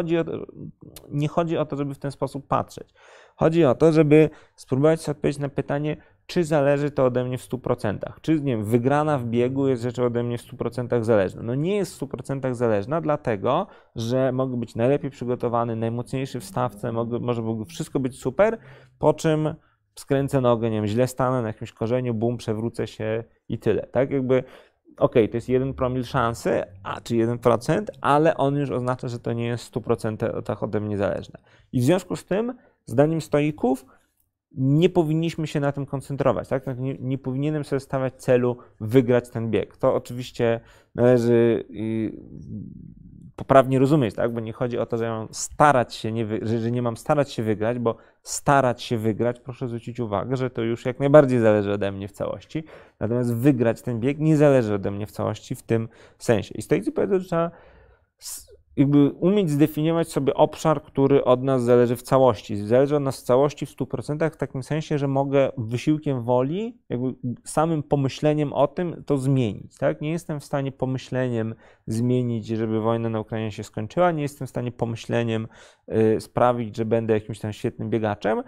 nie chodzi o to, żeby w ten sposób patrzeć. Chodzi o to, żeby spróbować sobie odpowiedzieć na pytanie, czy zależy to ode mnie w 100%. Czy, nie wiem, wygrana w biegu jest rzeczą ode mnie w 100% zależna. No nie jest w 100% zależna, dlatego, że mogę być najlepiej przygotowany, najmocniejszy w stawce, może wszystko być super, po czym skręcę nogę, nie wiem, źle stanę na jakimś korzeniu, bum, przewrócę się i tyle. Tak jakby, okej, to jest 1 promil szansy, czy 1%, ale on już oznacza, że to nie jest w 100% tak ode mnie zależne. I w związku z tym, zdaniem stoików, nie powinniśmy się na tym koncentrować, tak? Nie powinienem sobie stawiać celu wygrać ten bieg. To oczywiście należy poprawnie rozumieć, tak? Bo nie chodzi o to, że ja mam starać się, że nie mam starać się wygrać, bo starać się wygrać, proszę zwrócić uwagę, że to już jak najbardziej zależy ode mnie w całości. Natomiast wygrać ten bieg nie zależy ode mnie w całości w tym sensie. I stoicy powiedzą, że trzeba jakby umieć zdefiniować sobie obszar, który od nas zależy w całości. Zależy od nas w całości w 100% w takim sensie, że mogę wysiłkiem woli, jakby samym pomyśleniem o tym to zmienić. Tak? Nie jestem w stanie pomyśleniem zmienić, żeby wojna na Ukrainie się skończyła, nie jestem w stanie pomyśleniem sprawić, że będę jakimś tam świetnym biegaczem.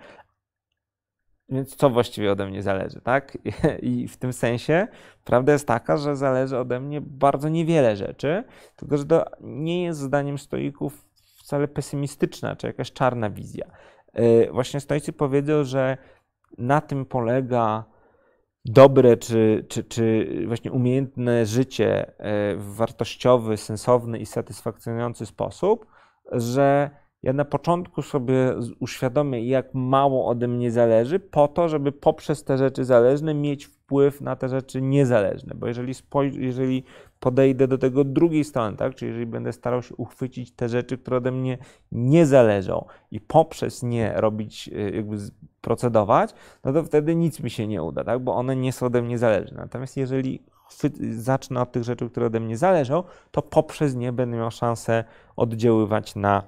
Więc co właściwie ode mnie zależy, tak? I w tym sensie prawda jest taka, że zależy ode mnie bardzo niewiele rzeczy, tylko że to nie jest zdaniem stoików wcale pesymistyczna czy jakaś czarna wizja. Właśnie stoicy powiedzą, że na tym polega dobre czy właśnie umiejętne życie w wartościowy, sensowny i satysfakcjonujący sposób, że ja na początku sobie uświadomię, jak mało ode mnie zależy, po to, żeby poprzez te rzeczy zależne mieć wpływ na te rzeczy niezależne. Bo jeżeli podejdę do tego drugiej strony, tak, czyli jeżeli będę starał się uchwycić te rzeczy, które ode mnie nie zależą i poprzez nie robić, jakby procedować, no to wtedy nic mi się nie uda, tak, bo one nie są ode mnie zależne. Natomiast jeżeli zacznę od tych rzeczy, które ode mnie zależą, to poprzez nie będę miał szansę oddziaływać na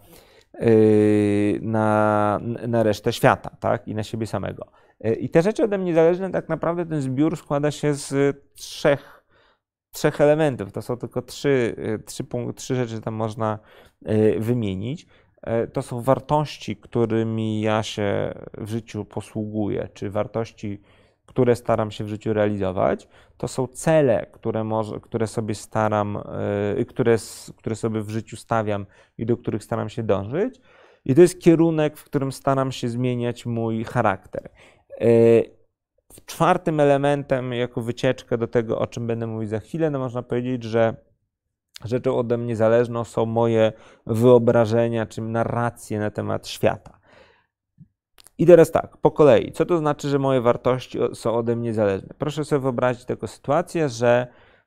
resztę świata, tak? I na siebie samego. I te rzeczy ode mnie zależne, tak naprawdę ten zbiór składa się z trzech elementów. To są tylko trzy rzeczy tam można wymienić. To są wartości, którymi ja się w życiu posługuję, czy wartości, które staram się w życiu realizować. To są cele, które sobie staram, które sobie w życiu stawiam i do których staram się dążyć. I to jest kierunek, w którym staram się zmieniać mój charakter. Czwartym elementem, jako wycieczkę do tego, o czym będę mówić za chwilę, no można powiedzieć, że rzeczą ode mnie zależną są moje wyobrażenia czy narracje na temat świata. I teraz tak, po kolei. Co to znaczy, że moje wartości są ode mnie zależne? Proszę sobie wyobrazić taką sytuację, że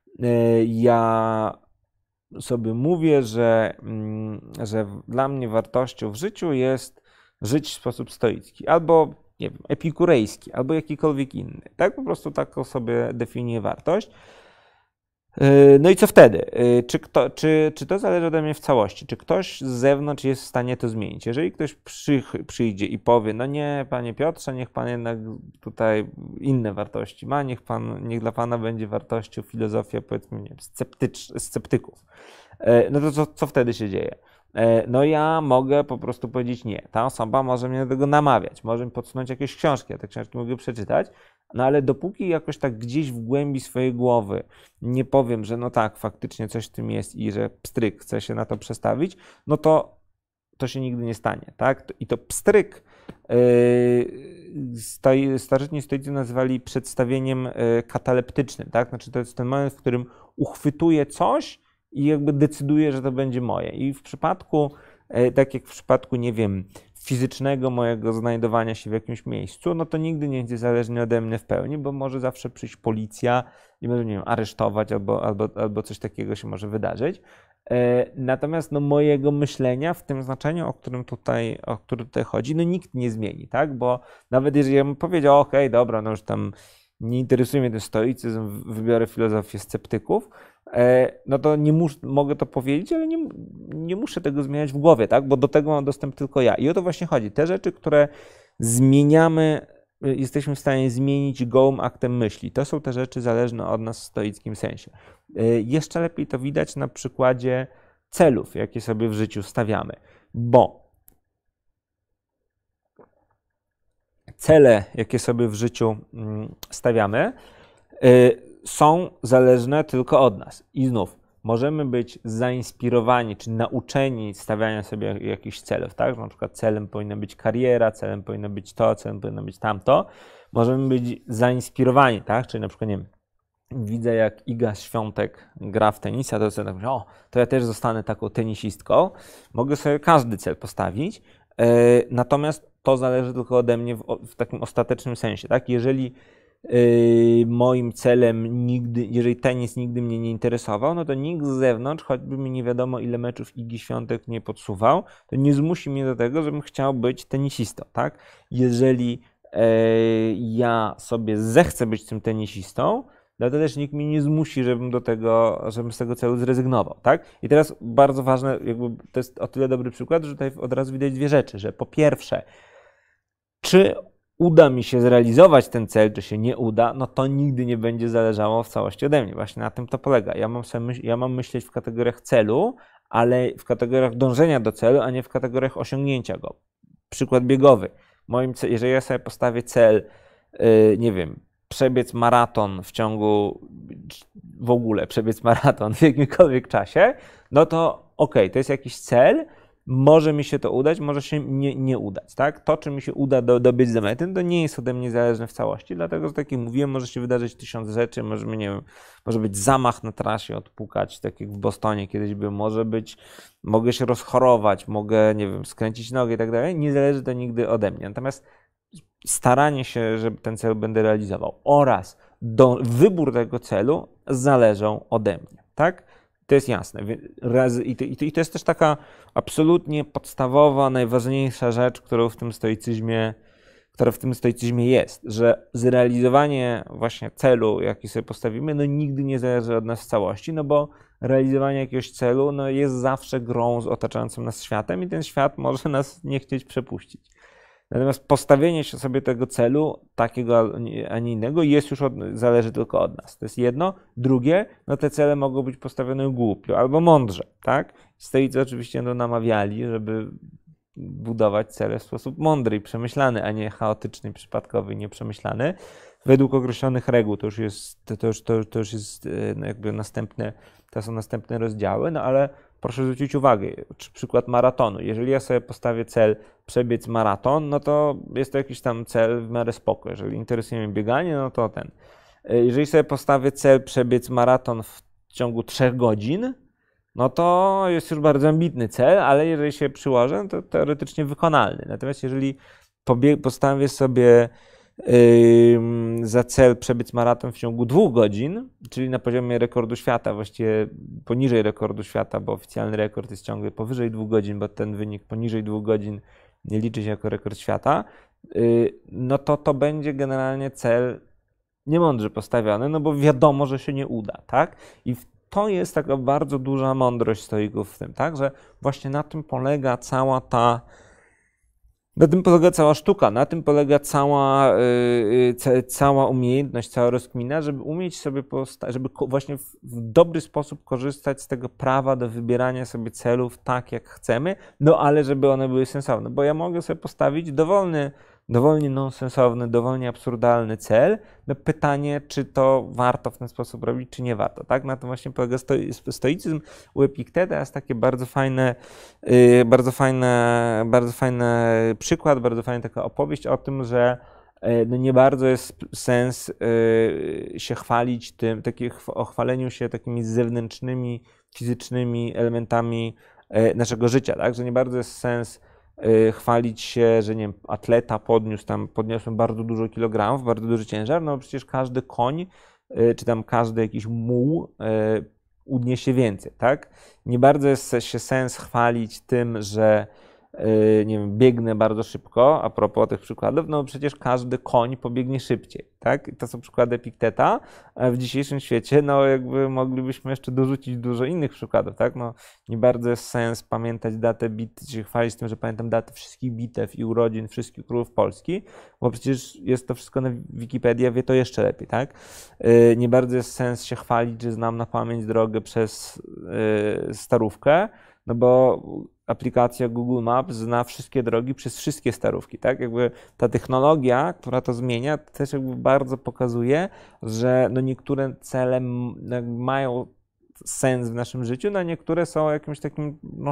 ja sobie mówię, że dla mnie wartością w życiu jest żyć w sposób stoicki, albo nie wiem, epikurejski, albo jakikolwiek inny. Tak, po prostu taką sobie definiuję wartość. No i co wtedy? Czy to zależy ode mnie w całości? Czy ktoś z zewnątrz jest w stanie to zmienić? Jeżeli ktoś przyjdzie i powie, no nie, panie Piotrze, niech pan jednak tutaj inne wartości ma, niech dla pana będzie wartością filozofia, powiedzmy, nie wiem, sceptyków. No to co wtedy się dzieje? No ja mogę po prostu powiedzieć nie. Ta osoba może mnie do tego namawiać, może mi podsunąć jakieś książki, ja te książki mogę przeczytać, no ale dopóki jakoś tak gdzieś w głębi swojej głowy nie powiem, że no tak, faktycznie coś w tym jest i że pstryk, chcę się na to przestawić, no to się nigdy nie stanie, tak? I to pstryk starożytni stoicy nazywali przedstawieniem kataleptycznym, tak? Znaczy to jest ten moment, w którym uchwytuję coś i jakby decyduję, że to będzie moje. I w przypadku, tak jak w przypadku, nie wiem, fizycznego mojego znajdowania się w jakimś miejscu, no to nigdy nie będzie zależny ode mnie w pełni, bo może zawsze przyjść policja i może, nie wiem, aresztować albo coś takiego się może wydarzyć. Natomiast no, mojego myślenia w tym znaczeniu, o którym tutaj chodzi, no nikt nie zmieni, tak? Bo nawet jeżeli ja bym powiedział, okej, dobra, no już tam nie interesuje mnie ten stoicyzm, wybiorę filozofię sceptyków, no to mogę to powiedzieć, ale nie muszę tego zmieniać w głowie, tak? Bo do tego mam dostęp tylko ja. I o to właśnie chodzi. Te rzeczy, które zmieniamy, jesteśmy w stanie zmienić gołym aktem myśli. To są te rzeczy zależne od nas w stoickim sensie. Jeszcze lepiej to widać na przykładzie celów, jakie sobie w życiu stawiamy. Bo cele, jakie sobie w życiu stawiamy, są zależne tylko od nas. I znów, możemy być zainspirowani czy nauczeni stawiania sobie jakichś celów, tak? Na przykład celem powinna być kariera, celem powinno być to, celem powinno być tamto. Możemy być zainspirowani, tak? Czyli na przykład, nie wiem, widzę jak Iga Świątek gra w tenisa, to sobie tak myślę, to ja też zostanę taką tenisistką. Mogę sobie każdy cel postawić, natomiast to zależy tylko ode mnie w takim ostatecznym sensie, tak? Jeżeli moim celem jeżeli tenis nigdy mnie nie interesował, no to nikt z zewnątrz, choćby mi nie wiadomo ile meczów Igi Świątek nie podsuwał, to nie zmusi mnie do tego, żebym chciał być tenisistą, tak? Jeżeli ja sobie zechcę być tym tenisistą, no to też nikt mnie nie zmusi, żebym z tego celu zrezygnował, tak? I teraz bardzo ważne, jakby to jest o tyle dobry przykład, że tutaj od razu widać dwie rzeczy, że po pierwsze, czy uda mi się zrealizować ten cel, czy się nie uda, no to nigdy nie będzie zależało w całości ode mnie. Właśnie na tym to polega. Ja mam myśleć w kategoriach celu, ale w kategoriach dążenia do celu, a nie w kategoriach osiągnięcia go. Przykład biegowy. Jeżeli ja sobie postawię cel, nie wiem, przebiec maraton przebiec maraton w jakimkolwiek czasie, no to okej, to jest jakiś cel, może mi się to udać, może się nie udać, tak? To, czy mi się uda dobiec do mety, to nie jest ode mnie zależne w całości, dlatego, że tak jak mówiłem, może się wydarzyć 1000 rzeczy, może być zamach na trasie, odpukać, tak jak w Bostonie kiedyś był, mogę się rozchorować, mogę, nie wiem, skręcić nogę i tak dalej, nie zależy to nigdy ode mnie. Natomiast staranie się, żeby ten cel będę realizował oraz wybór tego celu zależą ode mnie, tak? To jest jasne. I to jest też taka absolutnie podstawowa, najważniejsza rzecz, która w tym stoicyzmie jest, że zrealizowanie właśnie celu, jaki sobie postawimy, no nigdy nie zależy od nas w całości, no bo realizowanie jakiegoś celu no jest zawsze grą z otaczającym nas światem i ten świat może nas nie chcieć przepuścić. Natomiast postawienie się sobie tego celu, takiego a nie innego, zależy tylko od nas. To jest jedno. Drugie, no te cele mogą być postawione głupio albo mądrze, tak? Stoicy oczywiście namawiali, żeby budować cele w sposób mądry i przemyślany, a nie chaotyczny, przypadkowy i nieprzemyślany. Według określonych reguł to już jest jakby to są następne rozdziały, no ale proszę zwrócić uwagę, przykład maratonu. Jeżeli ja sobie postawię cel przebiec maraton, no to jest to jakiś tam cel w miarę spoko. Jeżeli interesuje mnie bieganie, no to Jeżeli sobie postawię cel przebiec maraton w ciągu 3 godzin, no to jest już bardzo ambitny cel, ale jeżeli się przyłożę, to teoretycznie wykonalny. Natomiast jeżeli postanowię sobie za cel przebiec maraton w ciągu 2 godzin, czyli na poziomie rekordu świata, właściwie poniżej rekordu świata, bo oficjalny rekord jest ciągle powyżej 2 godzin, bo ten wynik poniżej 2 godzin nie liczy się jako rekord świata, no to będzie generalnie cel niemądrze postawiony, no bo wiadomo, że się nie uda, tak? I to jest taka bardzo duża mądrość stoików w tym, tak? Że właśnie na tym polega cała sztuka, na tym polega cała umiejętność, cała rozkmina, żeby umieć sobie, żeby właśnie w dobry sposób korzystać z tego prawa do wybierania sobie celów tak, jak chcemy, no ale żeby one były sensowne, bo ja mogę sobie postawić dowolnie nonsensowny, dowolnie absurdalny cel. No pytanie, czy to warto w ten sposób robić, czy nie warto, tak? Na tym właśnie polega stoicyzm. U Epikteta jest takie bardzo fajny przykład, bardzo fajna taka opowieść o tym, że no nie bardzo jest sens się chwalić o chwaleniu się takimi zewnętrznymi, fizycznymi elementami naszego życia, tak? Że nie bardzo jest sens chwalić się, że nie wiem, atleta podniosłem bardzo dużo kilogramów, bardzo duży ciężar, no przecież każdy koń, czy tam każdy jakiś muł udniesie więcej, tak? Nie bardzo jest się sens chwalić tym, że nie wiem, biegnę bardzo szybko, a propos tych przykładów, no przecież każdy koń pobiegnie szybciej, tak? I to są przykłady Epikteta, a w dzisiejszym świecie, no jakby moglibyśmy jeszcze dorzucić dużo innych przykładów, tak? No nie bardzo jest sens pamiętać datę bitew, czy chwalić tym, że pamiętam datę wszystkich bitew i urodzin wszystkich królów Polski, bo przecież jest to wszystko na Wikipedii, wie to jeszcze lepiej, tak? Nie bardzo jest sens się chwalić, że znam na pamięć drogę przez Starówkę, no bo aplikacja Google Maps zna wszystkie drogi przez wszystkie Starówki, tak? Jakby ta technologia, która to zmienia, też jakby bardzo pokazuje, że no niektóre cele mają sens w naszym życiu, no niektóre są jakimś takim, no,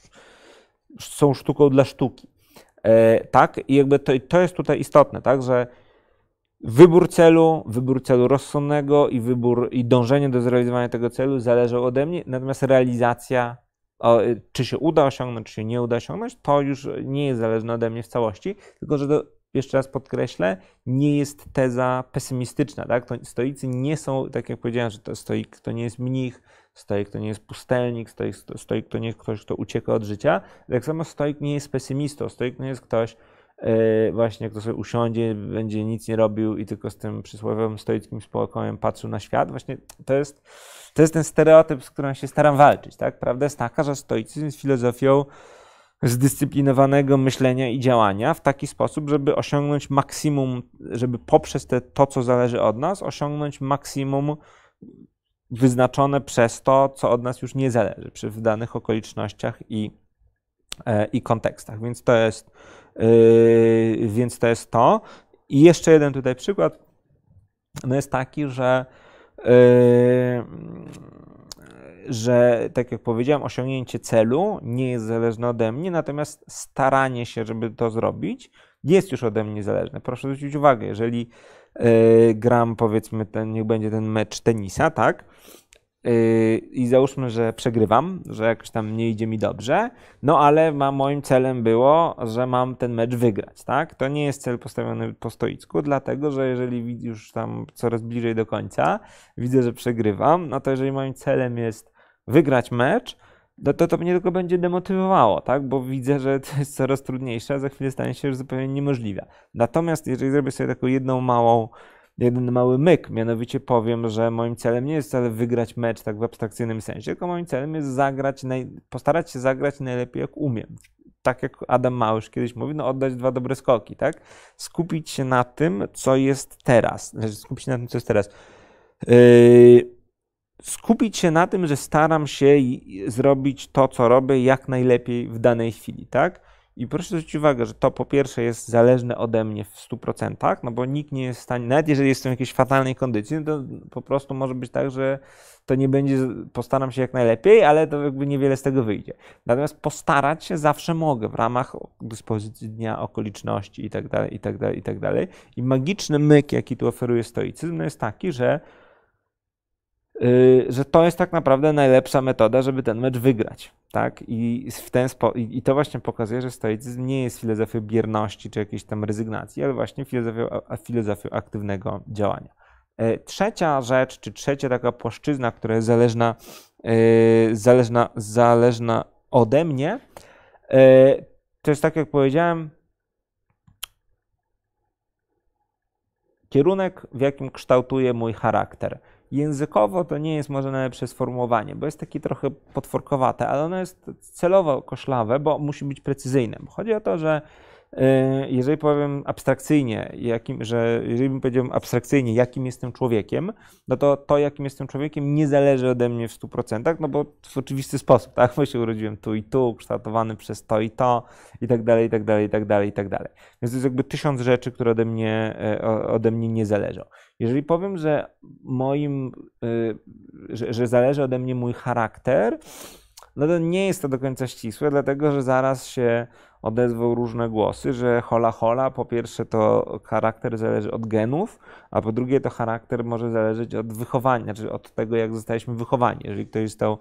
są sztuką dla sztuki, tak? I jakby to jest tutaj istotne, tak? Że wybór celu rozsądnego i dążenie do zrealizowania tego celu zależy ode mnie, natomiast realizacja, czy się uda osiągnąć, czy się nie uda osiągnąć, to już nie jest zależne ode mnie w całości, tylko że jeszcze raz podkreślę, nie jest teza pesymistyczna, tak? Stoicy nie są, tak jak powiedziałem, że to stoik to nie jest mnich, stoik to nie jest pustelnik, stoik to nie jest ktoś, kto ucieka od życia, tak samo stoik nie jest pesymistą, stoik nie jest ktoś, właśnie kto sobie usiądzie, będzie nic nie robił i tylko z tym przysłowiowym stoickim spokojem patrzył na świat. Właśnie to jest ten stereotyp, z którym się staram walczyć, tak? Prawda jest taka, że stoicyzm jest filozofią zdyscyplinowanego myślenia i działania w taki sposób, żeby osiągnąć maksimum, żeby poprzez to, co zależy od nas, osiągnąć maksimum wyznaczone przez to, co od nas już nie zależy w danych okolicznościach i kontekstach. Więc to jest to. I jeszcze jeden tutaj przykład, no jest taki, że tak jak powiedziałem, osiągnięcie celu nie jest zależne ode mnie, natomiast staranie się, żeby to zrobić, jest już ode mnie zależne. Proszę zwrócić uwagę, jeżeli gram, powiedzmy, niech będzie ten mecz tenisa, tak? I załóżmy, że przegrywam, że jakoś tam nie idzie mi dobrze, no ale moim celem było, że mam ten mecz wygrać, tak? To nie jest cel postawiony po stoicku, dlatego że jeżeli już tam coraz bliżej do końca widzę, że przegrywam, no to jeżeli moim celem jest wygrać mecz, to mnie tylko będzie demotywowało, tak? Bo widzę, że to jest coraz trudniejsze, a za chwilę stanie się już zupełnie niemożliwe. Natomiast jeżeli zrobię sobie taką jeden mały myk, mianowicie powiem, że moim celem nie jest wcale wygrać mecz tak w abstrakcyjnym sensie, tylko moim celem jest postarać się zagrać najlepiej jak umiem. Tak jak Adam Małysz kiedyś mówi, no oddać 2 dobre skoki, tak? Skupić się na tym, co jest teraz. Skupić się na tym, że staram się zrobić to, co robię, jak najlepiej w danej chwili, tak? I proszę zwrócić uwagę, że to po pierwsze jest zależne ode mnie w 100%, no bo nikt nie jest w stanie, nawet jeżeli jestem w jakiejś fatalnej kondycji, no to po prostu może być tak, że to nie będzie, postaram się jak najlepiej, ale to jakby niewiele z tego wyjdzie. Natomiast postarać się zawsze mogę w ramach dyspozycji dnia, okoliczności itd., itd., itd. I magiczny myk, jaki tu oferuje stoicyzm, no jest taki, że że to jest tak naprawdę najlepsza metoda, żeby ten mecz wygrać. Tak? I to właśnie pokazuje, że stoicyzm nie jest filozofią bierności czy jakiejś tam rezygnacji, ale właśnie filozofią aktywnego działania. Trzecia rzecz, czy trzecia taka płaszczyzna, która jest zależna ode mnie, to jest tak jak powiedziałem, kierunek, w jakim kształtuje mój charakter. Językowo to nie jest może najlepsze sformułowanie, bo jest takie trochę potworkowate, ale ono jest celowo koszlawe, bo musi być precyzyjne. Chodzi o to, że jeżeli powiem abstrakcyjnie, jeżeli bym powiedział abstrakcyjnie, jakim jestem człowiekiem, no to jakim jestem człowiekiem nie zależy ode mnie w 100%, no bo w oczywisty sposób, tak? Bo się urodziłem tu i tu, kształtowany przez to i to i tak dalej, i tak dalej, i tak dalej, i tak dalej. Więc to jest jakby 1000 rzeczy, które ode mnie nie zależą. Jeżeli powiem, że zależy ode mnie mój charakter, no to nie jest to do końca ścisłe, dlatego że zaraz się odezwą różne głosy, że hola hola, po pierwsze to charakter zależy od genów, a po drugie to charakter może zależeć od wychowania, znaczy od tego, jak zostaliśmy wychowani. Jeżeli ktoś został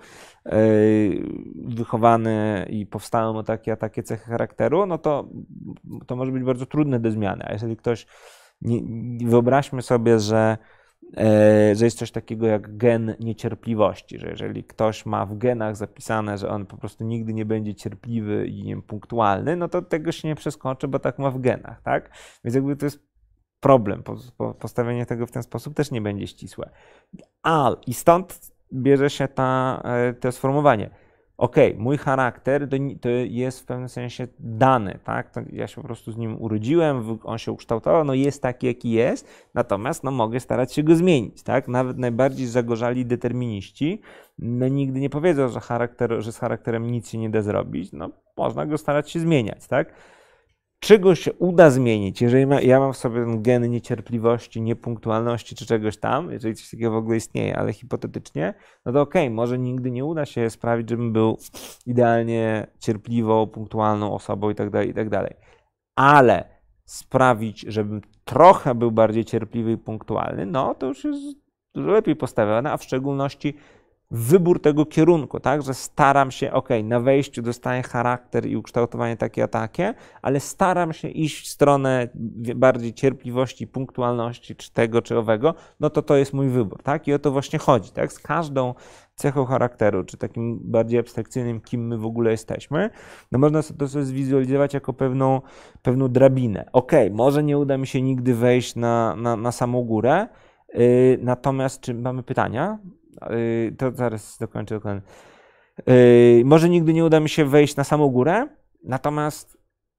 wychowany i powstały mu takie cechy charakteru, no to może być bardzo trudne do zmiany, a jeżeli ktoś, wyobraźmy sobie, że jest coś takiego jak gen niecierpliwości, że jeżeli ktoś ma w genach zapisane, że on po prostu nigdy nie będzie cierpliwy i nie wiem, punktualny, no to tego się nie przeskoczy, bo tak ma w genach, tak? Więc jakby to jest problem. Postawienie tego w ten sposób też nie będzie ścisłe. I stąd bierze się to sformułowanie. Mój charakter to jest w pewnym sensie dany, tak? Ja się po prostu z nim urodziłem, on się ukształtował, no jest taki, jaki jest, natomiast no mogę starać się go zmienić, tak? Nawet najbardziej zagorzali determiniści no nigdy nie powiedzą, że z charakterem nic się nie da zrobić, no można go starać się zmieniać, tak? Czego się uda zmienić, jeżeli ja mam w sobie ten gen niecierpliwości, niepunktualności czy czegoś tam, jeżeli coś takiego w ogóle istnieje, ale hipotetycznie, no to może nigdy nie uda się sprawić, żebym był idealnie cierpliwą, punktualną osobą i tak dalej. Ale sprawić, żebym trochę był bardziej cierpliwy i punktualny, no to już jest dużo lepiej postawione, a w szczególności wybór tego kierunku, tak, że staram się, na wejściu dostaję charakter i ukształtowanie takie a takie, ale staram się iść w stronę bardziej cierpliwości, punktualności, czy tego, czy owego, no to jest mój wybór, tak, i o to właśnie chodzi, tak, z każdą cechą charakteru, czy takim bardziej abstrakcyjnym, kim my w ogóle jesteśmy, no można to sobie zwizualizować jako pewną drabinę. Może nie uda mi się nigdy wejść na samą górę, natomiast czy mamy pytania? To zaraz dokończę dokładnie. Może nigdy nie uda mi się wejść na samą górę, natomiast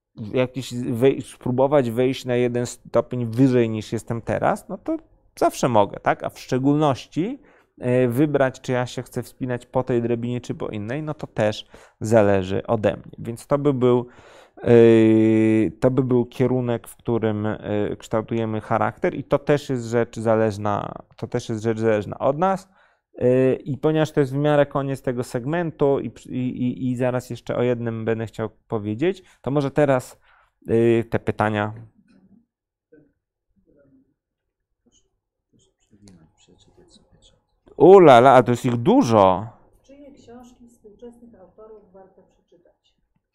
spróbować wejść na 1 stopień wyżej niż jestem teraz, no to zawsze mogę, tak? A w szczególności wybrać, czy ja się chcę wspinać po tej drabinie, czy po innej, no to też zależy ode mnie. Więc to by był kierunek, w którym kształtujemy charakter i to też jest rzecz zależna od nas. I ponieważ to jest w miarę koniec tego segmentu i zaraz jeszcze o jednym będę chciał powiedzieć, to może teraz te pytania. Ulala, a to jest ich dużo. Czyje książki współczesnych autorów warto przeczytać?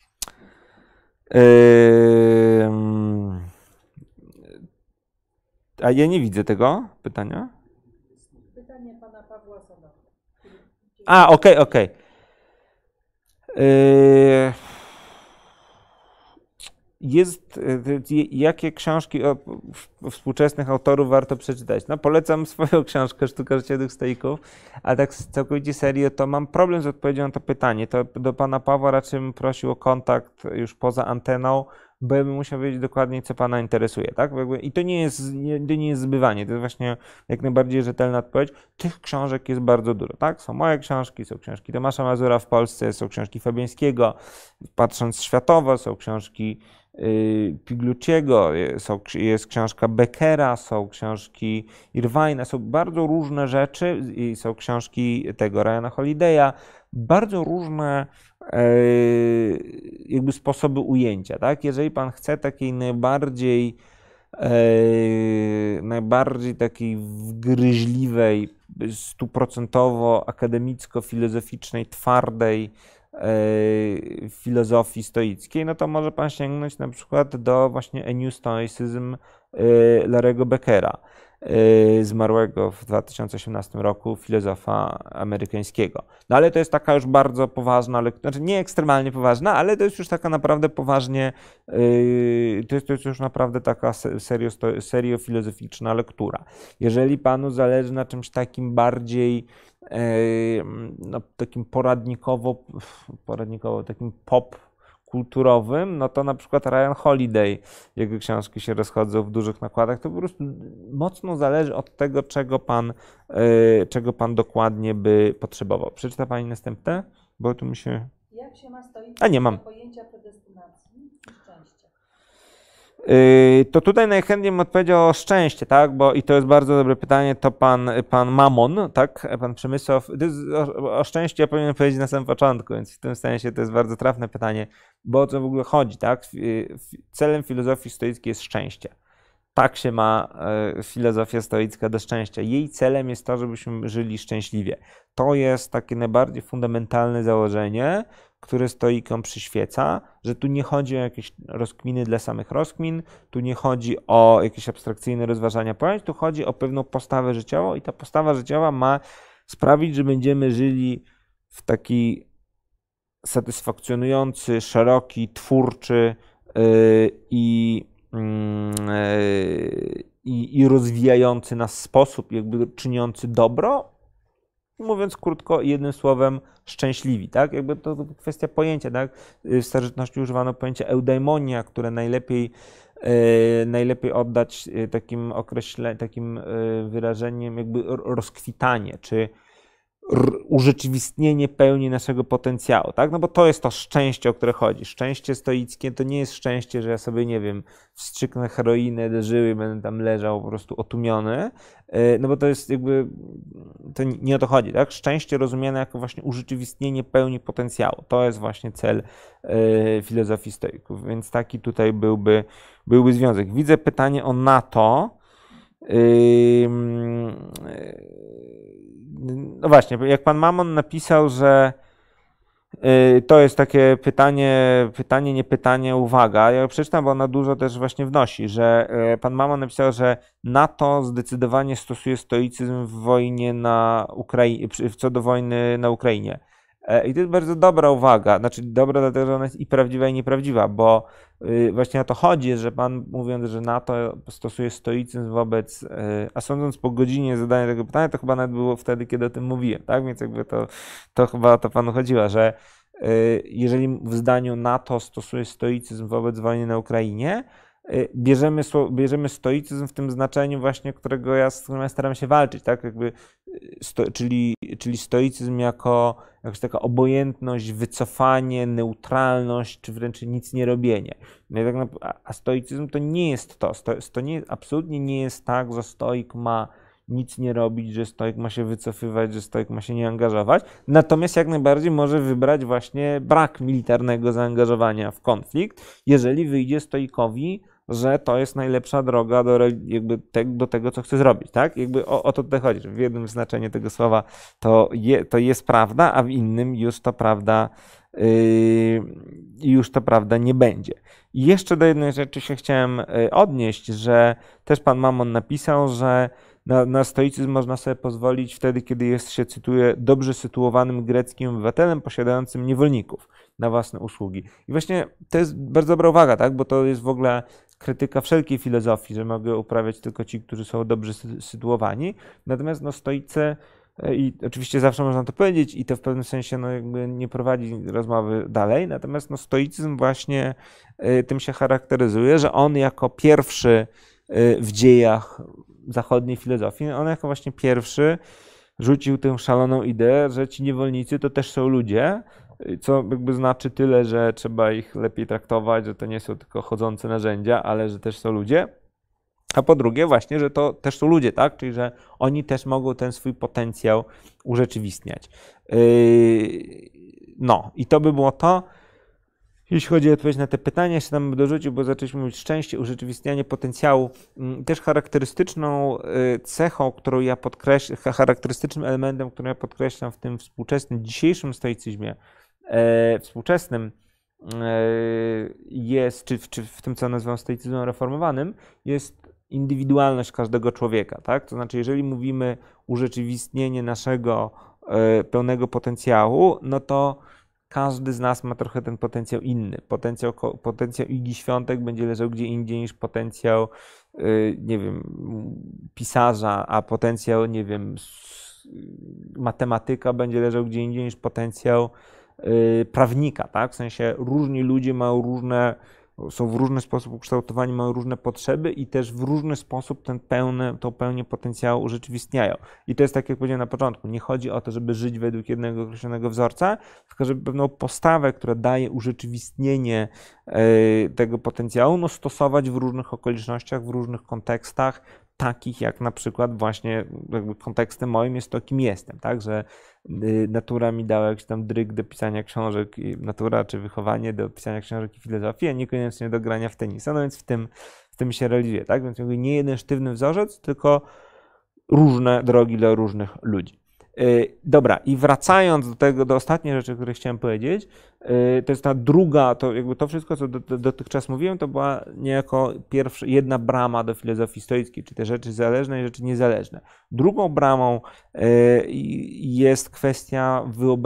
A ja nie widzę tego pytania. Pytanie pana Pawła Sonowy. Okej. Jakie książki współczesnych autorów warto przeczytać? No polecam swoją książkę Sztuka życia tych stoików, ale tak całkowicie serio, to mam problem z odpowiedzią na to pytanie. To do pana Pawła raczej bym prosił o kontakt już poza anteną, bo ja bym musiał wiedzieć dokładnie, co pana interesuje, tak? I to nie jest zbywanie, to jest właśnie jak najbardziej rzetelna odpowiedź. Tych książek jest bardzo dużo, tak? Są moje książki, są książki Tomasza Mazura w Polsce, są książki Fabiańskiego, patrząc światowo, są książki Pigluciego, jest książka Beckera, są książki Irvina, są bardzo różne rzeczy i są książki tego Ryana Holiday'a, bardzo różne jakby sposoby ujęcia, tak? Jeżeli pan chce takiej najbardziej najbardziej takiej wgryźliwej, stuprocentowo akademicko-filozoficznej, twardej filozofii stoickiej, no to może pan sięgnąć na przykład do właśnie A New Stoicism Larry'ego Beckera, zmarłego w 2018 roku filozofa amerykańskiego. No ale to jest taka już bardzo poważna, znaczy nie ekstremalnie poważna, ale to jest już taka naprawdę poważnie, to jest już naprawdę taka serio filozoficzna lektura. Jeżeli panu zależy na czymś takim bardziej no, takim poradnikowo, takim pop kulturowym, no to na przykład Ryan Holiday, jego książki się rozchodzą w dużych nakładach, to po prostu mocno zależy od tego, czego pan dokładnie by potrzebował. Przeczyta pani następne? Bo tu mi się... Jak się ma stoicyzm A nie mam. do pojęcia predestynacji i szczęścia? To tutaj najchętniej bym odpowiedział o szczęście, tak? Bo i to jest bardzo dobre pytanie, to pan Mamon, tak? Pan Przemysław. O szczęście ja powinienem powiedzieć na samym początku, więc w tym sensie to jest bardzo trafne pytanie, bo o co w ogóle chodzi, tak? Celem filozofii stoickiej jest szczęście. Tak się ma filozofia stoicka do szczęścia. Jej celem jest to, żebyśmy żyli szczęśliwie. To jest takie najbardziej fundamentalne założenie, które stoikom przyświeca, że tu nie chodzi o jakieś rozkminy dla samych rozkmin, tu nie chodzi o jakieś abstrakcyjne rozważania pojęć, tu chodzi o pewną postawę życiową i ta postawa życiowa ma sprawić, że będziemy żyli w taki satysfakcjonujący, szeroki, twórczy i rozwijający nas sposób, jakby czyniący dobro, mówiąc krótko, jednym słowem, szczęśliwi, tak? Jakby to kwestia pojęcia, tak? W starożytności używano pojęcia eudaimonia, które najlepiej oddać takim wyrażeniem jakby rozkwitanie, czy urzeczywistnienie pełni naszego potencjału, tak? No bo to jest to szczęście, o które chodzi. Szczęście stoickie to nie jest szczęście, że ja sobie, nie wiem, wstrzyknę heroinę do żyły i będę tam leżał po prostu otumiony, no bo to jest jakby, to nie o to chodzi, tak? Szczęście rozumiane jako właśnie urzeczywistnienie pełni potencjału. To jest właśnie cel filozofii stoików, więc taki tutaj byłby związek. Widzę pytanie o NATO. No właśnie, jak pan Mamon napisał, że to jest takie pytanie, nie pytanie, uwaga. Ja przeczytam, bo ona dużo też właśnie wnosi, że pan Mamon napisał, że NATO zdecydowanie stosuje stoicyzm w wojnie na Ukrainie, co do wojny na Ukrainie. I to jest bardzo dobra uwaga, znaczy dobra dlatego, że ona jest i prawdziwa, i nieprawdziwa, bo właśnie o to chodzi, że pan mówiąc, że NATO stosuje stoicyzm wobec, a sądząc po godzinie zadania tego pytania, to chyba nawet było wtedy, kiedy o tym mówiłem, tak? Więc jakby to chyba o to panu chodziło, że jeżeli w zdaniu NATO stosuje stoicyzm wobec wojny na Ukrainie, bierzemy stoicyzm w tym znaczeniu właśnie, z którym ja staram się walczyć, tak? Jakby czyli stoicyzm jako jakaś taka obojętność, wycofanie, neutralność, czy wręcz nic nie robienie. No i a stoicyzm to nie jest to. Absolutnie nie jest tak, że stoik ma nic nie robić, że stoik ma się wycofywać, że stoik ma się nie angażować. Natomiast jak najbardziej może wybrać właśnie brak militarnego zaangażowania w konflikt, jeżeli wyjdzie stoikowi, że to jest najlepsza droga do tego, co chce zrobić, tak? Jakby o to tutaj chodzi, że w jednym znaczeniu tego słowa to jest prawda, a w innym już to prawda nie będzie. I jeszcze do jednej rzeczy się chciałem odnieść, że też pan Mamon napisał, że na stoicyzm można sobie pozwolić wtedy, kiedy jest się, cytuję, dobrze sytuowanym greckim obywatelem posiadającym niewolników na własne usługi. I właśnie to jest bardzo dobra uwaga, tak? Bo to jest w ogóle krytyka wszelkiej filozofii, że mogą uprawiać tylko ci, którzy są dobrze sytuowani. Natomiast no, stoicy, i oczywiście zawsze można to powiedzieć i to w pewnym sensie no, jakby nie prowadzi rozmowy dalej, natomiast no, stoicyzm właśnie tym się charakteryzuje, że on jako pierwszy w dziejach zachodniej filozofii, on jako właśnie pierwszy rzucił tę szaloną ideę, że ci niewolnicy to też są ludzie, co jakby znaczy tyle, że trzeba ich lepiej traktować, że to nie są tylko chodzące narzędzia, ale że też są ludzie. A po drugie właśnie, że to też są ludzie, tak? Czyli, że oni też mogą ten swój potencjał urzeczywistniać. No i to by było to. Jeśli chodzi o odpowiedź na te pytania, jeszcze tam dorzucił, bo zaczęliśmy mówić szczęście, urzeczywistnianie potencjału. Też charakterystyczną cechą, którą ja podkreślam, charakterystycznym elementem, który ja podkreślam w tym współczesnym, dzisiejszym stoicyzmie, współczesnym jest, czy w tym, co nazywam stoicyzmem reformowanym, jest indywidualność każdego człowieka, tak? To znaczy, jeżeli mówimy urzeczywistnienie naszego pełnego potencjału, no to każdy z nas ma trochę ten potencjał inny. Potencjał Igi Świątek będzie leżał gdzie indziej niż potencjał, nie wiem, pisarza, a potencjał, nie wiem, matematyka będzie leżał gdzie indziej niż potencjał prawnika, tak? W sensie różni ludzie mają różne, są w różny sposób ukształtowani, mają różne potrzeby i też w różny sposób tą pełnię potencjału urzeczywistniają. I to jest tak, jak powiedziałem na początku, nie chodzi o to, żeby żyć według jednego określonego wzorca, tylko żeby pewną postawę, która daje urzeczywistnienie tego potencjału, no stosować w różnych okolicznościach, w różnych kontekstach, takich jak na przykład właśnie jakby kontekstem moim jest to, kim jestem, tak, że natura mi dała jakiś tam dryg do pisania książek, natura czy wychowanie do pisania książek i filozofii, a niekoniecznie do grania w tenisa, no więc w tym się realizuje, tak, więc jakby nie jeden sztywny wzorzec, tylko różne drogi dla różnych ludzi. Dobra, i wracając do tego, do ostatniej rzeczy, które chciałem powiedzieć, to jest ta druga, to jakby to wszystko, co dotychczas mówiłem, to była niejako jedna brama do filozofii stoickiej, czyli te rzeczy zależne i rzeczy niezależne. Drugą bramą jest kwestia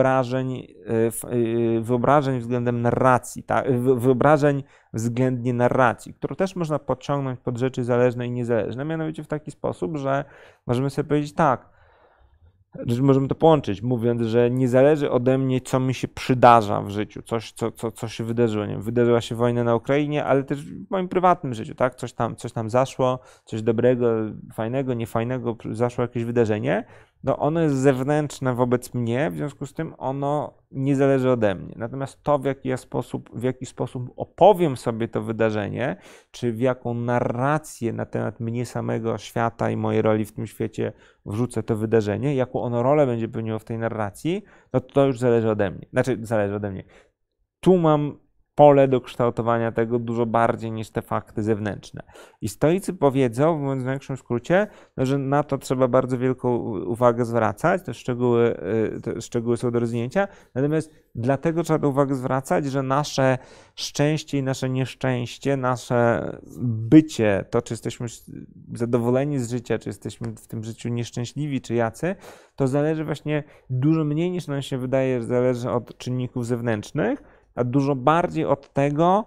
wyobrażeń względem narracji, tak? Wyobrażeń względnie narracji, którą też można podciągnąć pod rzeczy zależne i niezależne, mianowicie w taki sposób, że możemy sobie powiedzieć tak, możemy to połączyć, mówiąc, że nie zależy ode mnie, co mi się przydarza w życiu, co się wydarzyło. Nie wiem, wydarzyła się wojna na Ukrainie, ale też w moim prywatnym życiu, tak? Coś tam zaszło, coś dobrego, fajnego, niefajnego, zaszło jakieś wydarzenie. No ono jest zewnętrzne wobec mnie, w związku z tym ono nie zależy ode mnie. Natomiast to, w jaki sposób opowiem sobie to wydarzenie, czy w jaką narrację na temat mnie samego, świata i mojej roli w tym świecie wrzucę to wydarzenie, jaką ono rolę będzie pełniło w tej narracji, no to już zależy ode mnie. Znaczy, zależy ode mnie. Tu mam pole do kształtowania tego dużo bardziej niż te fakty zewnętrzne. I stoicy powiedzą, mówiąc w największym skrócie, no, że na to trzeba bardzo wielką uwagę zwracać, te szczegóły są do rozwinięcia, natomiast dlatego trzeba tę uwagę zwracać, że nasze szczęście i nasze nieszczęście, nasze bycie, to czy jesteśmy zadowoleni z życia, czy jesteśmy w tym życiu nieszczęśliwi, czy jacy, to zależy właśnie dużo mniej niż nam się wydaje, że zależy od czynników zewnętrznych, a dużo bardziej od tego,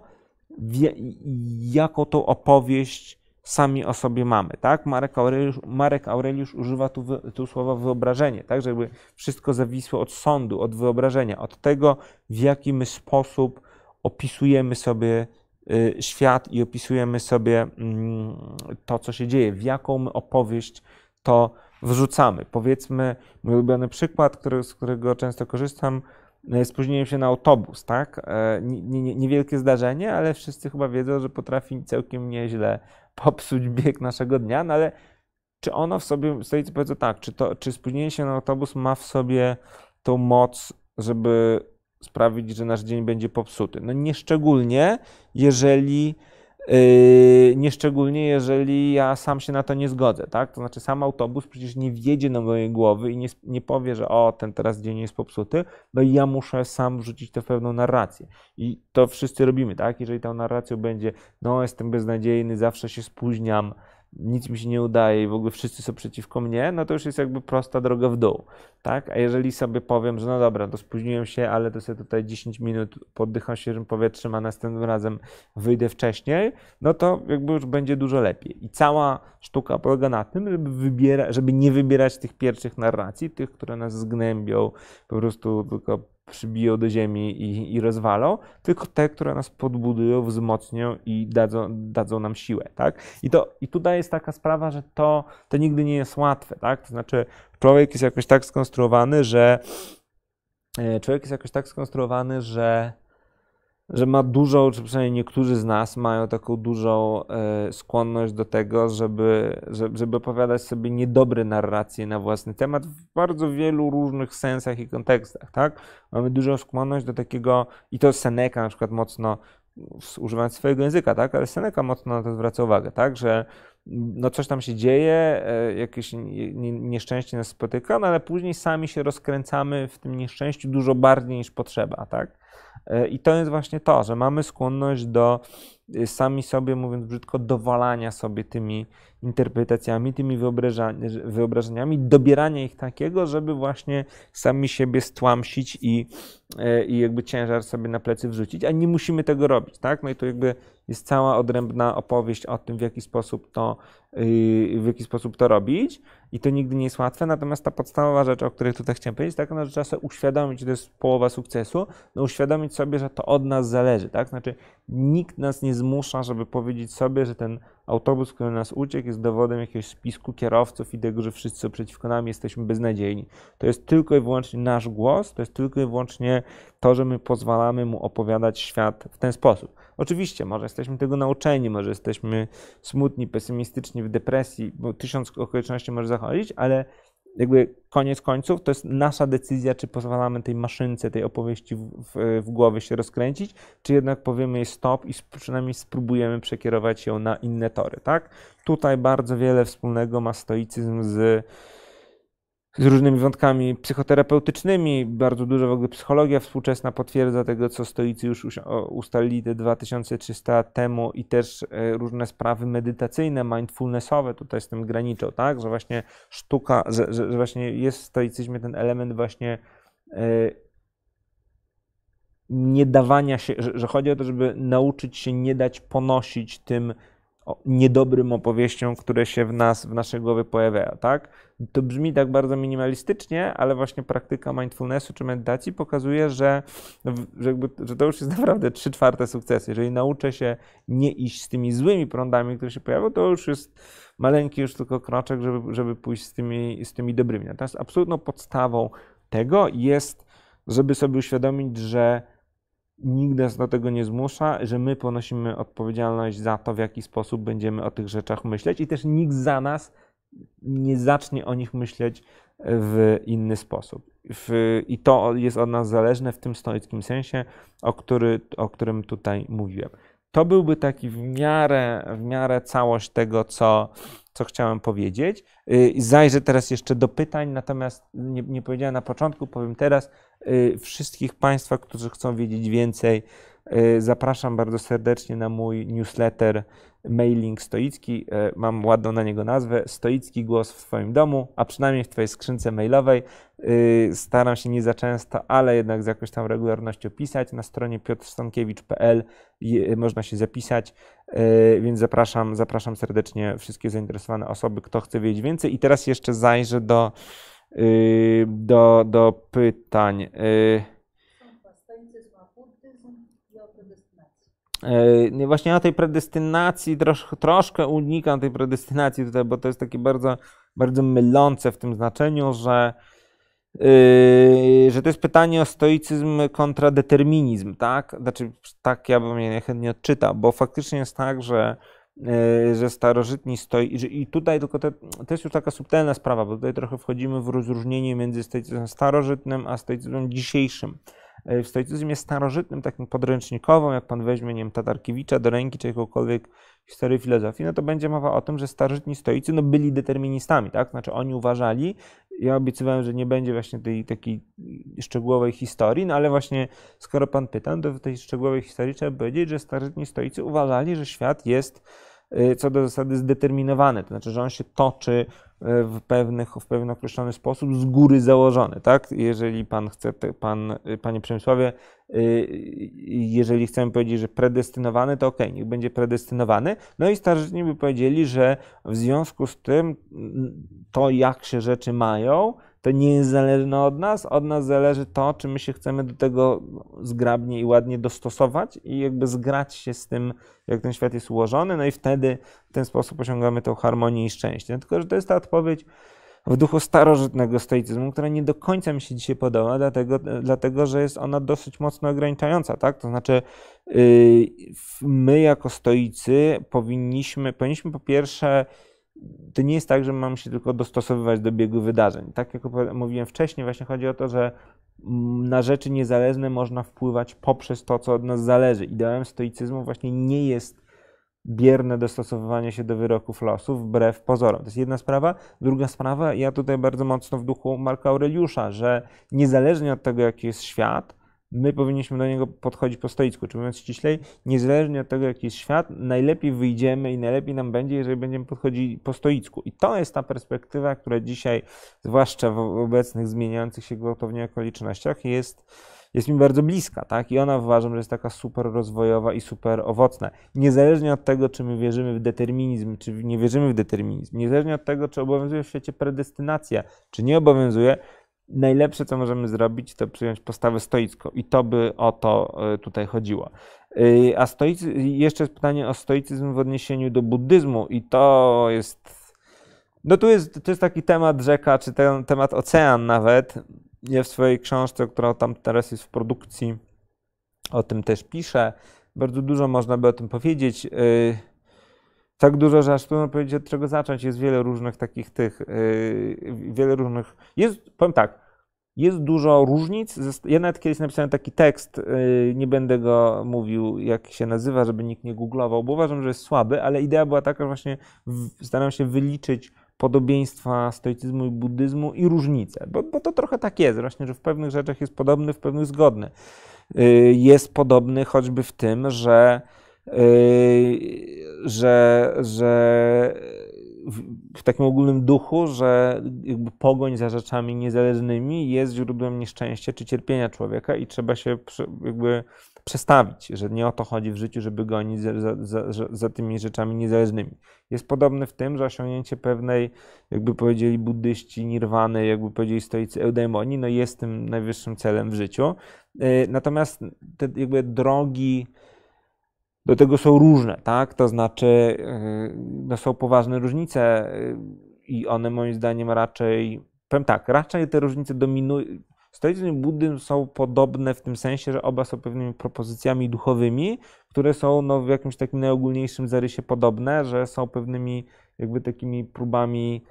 jaką tą opowieść sami o sobie mamy, tak? Marek Aureliusz używa tu słowa wyobrażenie, tak? Żeby wszystko zawisło od sądu, od wyobrażenia, od tego, w jaki my sposób opisujemy sobie świat i opisujemy sobie to, co się dzieje, w jaką my opowieść to wrzucamy. Powiedzmy, mój ulubiony przykład, z którego często korzystam, spóźniłem się na autobus, tak? Niewielkie zdarzenie, ale wszyscy chyba wiedzą, że potrafi całkiem nieźle popsuć bieg naszego dnia, no ale czy ono w sobie, stoicy powiedzą tak, czy spóźnienie się na autobus ma w sobie tą moc, żeby sprawić, że nasz dzień będzie popsuty? No nieszczególnie, jeżeli ja sam się na to nie zgodzę, tak? To znaczy sam autobus przecież nie wjedzie na mojej głowy i nie powie, że ten teraz dzień jest popsuty, no i ja muszę sam wrzucić to w pewną narrację. I to wszyscy robimy, tak? Jeżeli tą narracją będzie, no jestem beznadziejny, zawsze się spóźniam, nic mi się nie udaje i w ogóle wszyscy są przeciwko mnie, no to już jest jakby prosta droga w dół, tak? A jeżeli sobie powiem, że no dobra, to spóźniłem się, ale to sobie tutaj 10 minut poddycham świeżym powietrzem, a następnym razem wyjdę wcześniej, no to jakby już będzie dużo lepiej. I cała sztuka polega na tym, żeby nie wybierać tych pierwszych narracji, tych, które nas zgnębią, po prostu tylko przybiją do ziemi i rozwalą, tylko te, które nas podbudują, wzmocnią i dadzą nam siłę, tak? I tutaj jest taka sprawa, że to nigdy nie jest łatwe, tak? To znaczy człowiek jest jakoś tak skonstruowany, że że ma dużą, czy przynajmniej niektórzy z nas mają taką dużą skłonność do tego, żeby opowiadać sobie niedobre narracje na własny temat w bardzo wielu różnych sensach i kontekstach, tak? Mamy dużą skłonność do takiego, i to Seneca na przykład mocno, używając swojego języka, tak? Ale Seneca mocno na to zwraca uwagę, tak? Że no coś tam się dzieje, jakieś nieszczęście nas spotyka, no ale później sami się rozkręcamy w tym nieszczęściu dużo bardziej niż potrzeba, tak? I to jest właśnie to, że mamy skłonność do sami sobie, mówiąc brzydko, dowalania sobie tymi interpretacjami, tymi wyobrażeniami, dobierania ich takiego, żeby właśnie sami siebie stłamsić i jakby ciężar sobie na plecy wrzucić, a nie musimy tego robić, tak? No i to jakby jest cała odrębna opowieść o tym, w jaki sposób to robić i to nigdy nie jest łatwe, natomiast ta podstawowa rzecz, o której tutaj chciałem powiedzieć, tak, no, że trzeba sobie uświadomić, to jest połowa sukcesu, no uświadomić sobie, że to od nas zależy, tak? Znaczy nikt nas nie zmusza, żeby powiedzieć sobie, że ten autobus, który nas uciekł, jest dowodem jakiegoś spisku kierowców i tego, że wszyscy są przeciwko nam, jesteśmy beznadziejni. To jest tylko i wyłącznie nasz głos, to jest tylko i wyłącznie to, że my pozwalamy mu opowiadać świat w ten sposób. Oczywiście, może jesteśmy tego nauczeni, może jesteśmy smutni, pesymistyczni, w depresji, bo 1000 okoliczności może zachodzić, ale jakby koniec końców to jest nasza decyzja, czy pozwalamy tej maszynce, tej opowieści w głowie się rozkręcić, czy jednak powiemy jej stop i przynajmniej spróbujemy przekierować ją na inne tory, tak? Tutaj bardzo wiele wspólnego ma stoicyzm z różnymi wątkami psychoterapeutycznymi, bardzo dużo w ogóle psychologia współczesna potwierdza tego, co stoicy już ustalili te 2300 lat temu i też różne sprawy medytacyjne, mindfulnessowe tutaj z tym graniczą, tak, że właśnie sztuka, że właśnie jest w stoicyzmie ten element właśnie nie dawania się, że chodzi o to, żeby nauczyć się nie dać ponosić tym niedobrym opowieściom, które się w naszej głowie pojawiają, tak? To brzmi tak bardzo minimalistycznie, ale właśnie praktyka mindfulnessu czy medytacji pokazuje, że to już jest naprawdę 3/4 sukcesu. Jeżeli nauczę się nie iść z tymi złymi prądami, które się pojawią, to już jest maleńki już tylko kroczek, żeby pójść z tymi dobrymi. Natomiast absolutną podstawą tego jest, żeby sobie uświadomić, że nikt nas do tego nie zmusza, że my ponosimy odpowiedzialność za to, w jaki sposób będziemy o tych rzeczach myśleć i też nikt za nas nie zacznie o nich myśleć w inny sposób. I to jest od nas zależne w tym stoickim sensie, o którym tutaj mówiłem. To byłby taki w miarę całość tego, co chciałem powiedzieć. Zajrzę teraz jeszcze do pytań, natomiast nie powiedziałem na początku, powiem teraz. Wszystkich Państwa, którzy chcą wiedzieć więcej, zapraszam bardzo serdecznie na mój newsletter, mailing stoicki. Mam ładną na niego nazwę, Stoicki Głos w Twoim domu, a przynajmniej w Twojej skrzynce mailowej. Staram się nie za często, ale jednak z jakąś tam regularnością pisać. Na stronie piotrstankiewicz.pl można się zapisać, więc zapraszam serdecznie wszystkie zainteresowane osoby, kto chce wiedzieć więcej. I teraz jeszcze zajrzę do pytań. Stoicyzm, a buddyzm i o predestynacji. Właśnie o tej predestynacji troszkę unikam tej predestynacji tutaj, bo to jest takie bardzo, bardzo mylące w tym znaczeniu, że to jest pytanie o stoicyzm kontra determinizm, tak? Znaczy, tak ja bym je niechętnie odczytał, bo faktycznie jest tak, że starożytni i tutaj tylko to jest już taka subtelna sprawa, bo tutaj trochę wchodzimy w rozróżnienie między stoicyzmem starożytnym a stoicyzmem dzisiejszym. W stoicyzmie starożytnym, takim podręcznikowym, jak pan weźmie, nie wiem, Tatarkiewicza do ręki, czy jakąkolwiek historię filozofii, no to będzie mowa o tym, że starożytni stoicy byli deterministami, tak? Znaczy oni uważali, ja obiecywałem, że nie będzie właśnie tej takiej szczegółowej historii, no ale właśnie skoro pan pyta, to w tej szczegółowej historii trzeba powiedzieć, że starożytni stoicy uważali, że świat jest co do zasady zdeterminowany, to znaczy, że on się toczy w pewien określony sposób z góry założony, tak? Jeżeli pan chce, panie Przemysławie, jeżeli chcemy powiedzieć, że predestynowany, to okej, niech będzie predestynowany. No i starożytni by powiedzieli, że w związku z tym to, jak się rzeczy mają, to nie jest zależne od nas zależy to, czy my się chcemy do tego zgrabnie i ładnie dostosować i jakby zgrać się z tym, jak ten świat jest ułożony, no i wtedy w ten sposób osiągamy tą harmonię i szczęście. No tylko, że to jest ta odpowiedź w duchu starożytnego stoicyzmu, która nie do końca mi się dzisiaj podoba, dlatego że jest ona dosyć mocno ograniczająca, tak? To znaczy my jako stoicy powinniśmy po pierwsze, to nie jest tak, że mamy się tylko dostosowywać do biegu wydarzeń. Tak jak mówiłem wcześniej, właśnie chodzi o to, że na rzeczy niezależne można wpływać poprzez to, co od nas zależy. Ideałem stoicyzmu właśnie nie jest bierne dostosowywanie się do wyroków losu wbrew pozorom. To jest jedna sprawa. Druga sprawa, ja tutaj bardzo mocno w duchu Marka Aureliusza, że niezależnie od tego, jaki jest świat, my powinniśmy do niego podchodzić po stoicku. Czy mówiąc ściślej, niezależnie od tego, jaki jest świat, najlepiej wyjdziemy i najlepiej nam będzie, jeżeli będziemy podchodzili po stoicku. I to jest ta perspektywa, która dzisiaj, zwłaszcza w obecnych zmieniających się gwałtownie okolicznościach, jest mi bardzo bliska, tak? I ona uważam, że jest taka super rozwojowa i super owocna. Niezależnie od tego, czy my wierzymy w determinizm, czy nie wierzymy w determinizm, niezależnie od tego, czy obowiązuje w świecie predestynacja, czy nie obowiązuje, najlepsze, co możemy zrobić, to przyjąć postawę stoicką. I to by o to tutaj chodziło. A jeszcze jest pytanie o stoicyzm w odniesieniu do buddyzmu i to jest... No to jest taki temat rzeka, czy ten temat ocean nawet. Ja w swojej książce, która tam teraz jest w produkcji, o tym też piszę. Bardzo dużo można by o tym powiedzieć. Tak dużo, że aż trudno powiedzieć, od czego zacząć. Jest wiele różnych powiem tak, jest dużo różnic. Ja nawet kiedyś napisałem taki tekst, nie będę go mówił, jak się nazywa, żeby nikt nie googlował, bo uważam, że jest słaby, ale idea była taka, że właśnie staram się wyliczyć podobieństwa stoicyzmu i buddyzmu i różnice, bo to trochę tak jest, właśnie, że w pewnych rzeczach jest podobny, w pewnych zgodny. Jest podobny choćby w tym, że w takim ogólnym duchu, że jakby pogoń za rzeczami niezależnymi jest źródłem nieszczęścia czy cierpienia człowieka i trzeba się jakby przestawić, że nie o to chodzi w życiu, żeby gonić za tymi rzeczami niezależnymi. Jest podobny w tym, że osiągnięcie pewnej, jakby powiedzieli buddyści, nirwany, jakby powiedzieli stoicy eudaimonii, no jest tym najwyższym celem w życiu. Natomiast te jakby drogi do tego są różne, tak? To znaczy, no są poważne różnice i one moim zdaniem powiem tak, raczej te różnice dominują. Stoicyzm i buddyzm są podobne w tym sensie, że oba są pewnymi propozycjami duchowymi, które są no, w jakimś takim najogólniejszym zarysie podobne, że są pewnymi jakby takimi próbami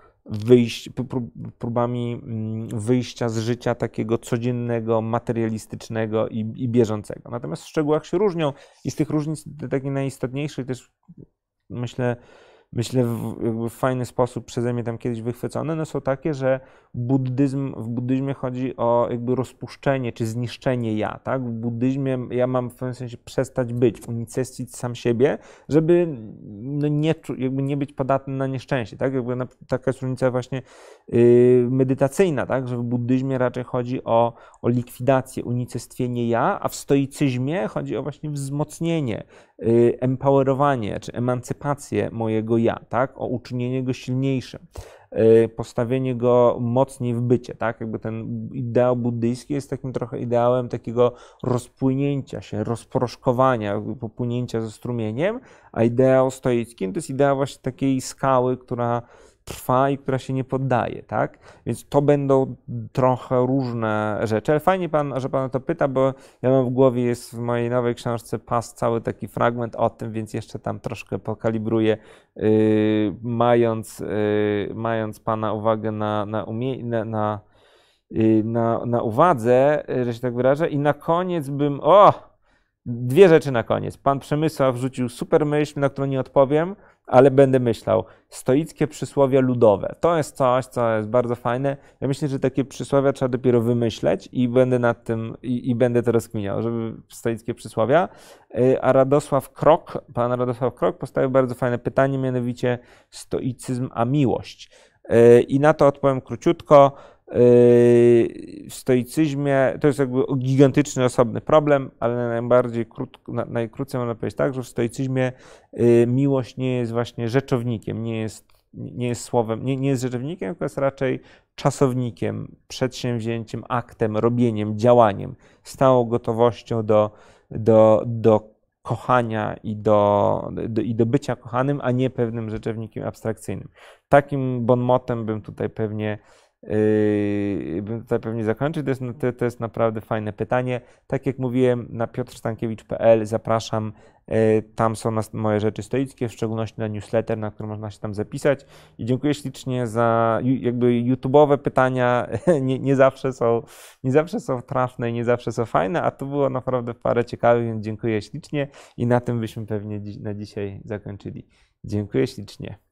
wyjścia z życia takiego codziennego, materialistycznego i bieżącego. Natomiast w szczegółach się różnią i z tych różnic takie najistotniejsze też myślę jakby w fajny sposób przeze mnie tam kiedyś wychwycone, no są takie, że w buddyzmie chodzi o jakby rozpuszczenie czy zniszczenie ja, tak? W buddyzmie ja mam w pewnym sensie przestać być, unicestwić sam siebie, żeby no nie być podatny na nieszczęście, tak? Jakby taka jest różnica właśnie medytacyjna, tak? Że w buddyzmie raczej chodzi o likwidację, unicestwienie ja, a w stoicyzmie chodzi o właśnie wzmocnienie, empowerowanie czy emancypację mojego ja, tak? O uczynienie go silniejszym, postawienie go mocniej w bycie, tak? Jakby ten ideał buddyjski jest takim trochę ideałem takiego rozpłynięcia się, rozproszkowania, popłynięcia ze strumieniem, a ideał stoicki to jest ideał właśnie takiej skały, która trwa i która się nie poddaje, tak? Więc to będą trochę różne rzeczy, ale fajnie że pan o to pyta, bo ja mam w głowie, jest w mojej nowej książce cały taki fragment o tym, więc jeszcze tam troszkę pokalibruję, mając pana uwagę na uwadze, że się tak wyrażę. I na koniec dwie rzeczy na koniec. Pan Przemysław wrzucił super myśl, na którą nie odpowiem, ale będę myślał. Stoickie przysłowia ludowe. To jest coś, co jest bardzo fajne. Ja myślę, że takie przysłowia trzeba dopiero wymyśleć i będę nad tym i będę to rozkminiał, żeby stoickie przysłowia. A pan Radosław Krok postawił bardzo fajne pytanie, mianowicie stoicyzm a miłość. I na to odpowiem króciutko. W stoicyzmie to jest jakby gigantyczny, osobny problem, ale najkrócej można powiedzieć tak, że w stoicyzmie miłość nie jest właśnie rzeczownikiem, nie jest słowem, nie jest rzeczownikiem, tylko jest raczej czasownikiem, przedsięwzięciem, aktem, robieniem, działaniem, stałą gotowością do kochania i do bycia kochanym, a nie pewnym rzeczownikiem abstrakcyjnym. Takim bon motem bym tutaj pewnie zakończył. To jest naprawdę fajne pytanie. Tak jak mówiłem, na piotrstankiewicz.pl zapraszam. Tam są moje rzeczy stoickie, w szczególności na newsletter, na który można się tam zapisać. I dziękuję ślicznie za jakby YouTube'owe pytania. Nie zawsze są trafne i nie zawsze są fajne, a tu było naprawdę parę ciekawych, więc dziękuję ślicznie i na tym byśmy pewnie na dzisiaj zakończyli. Dziękuję ślicznie.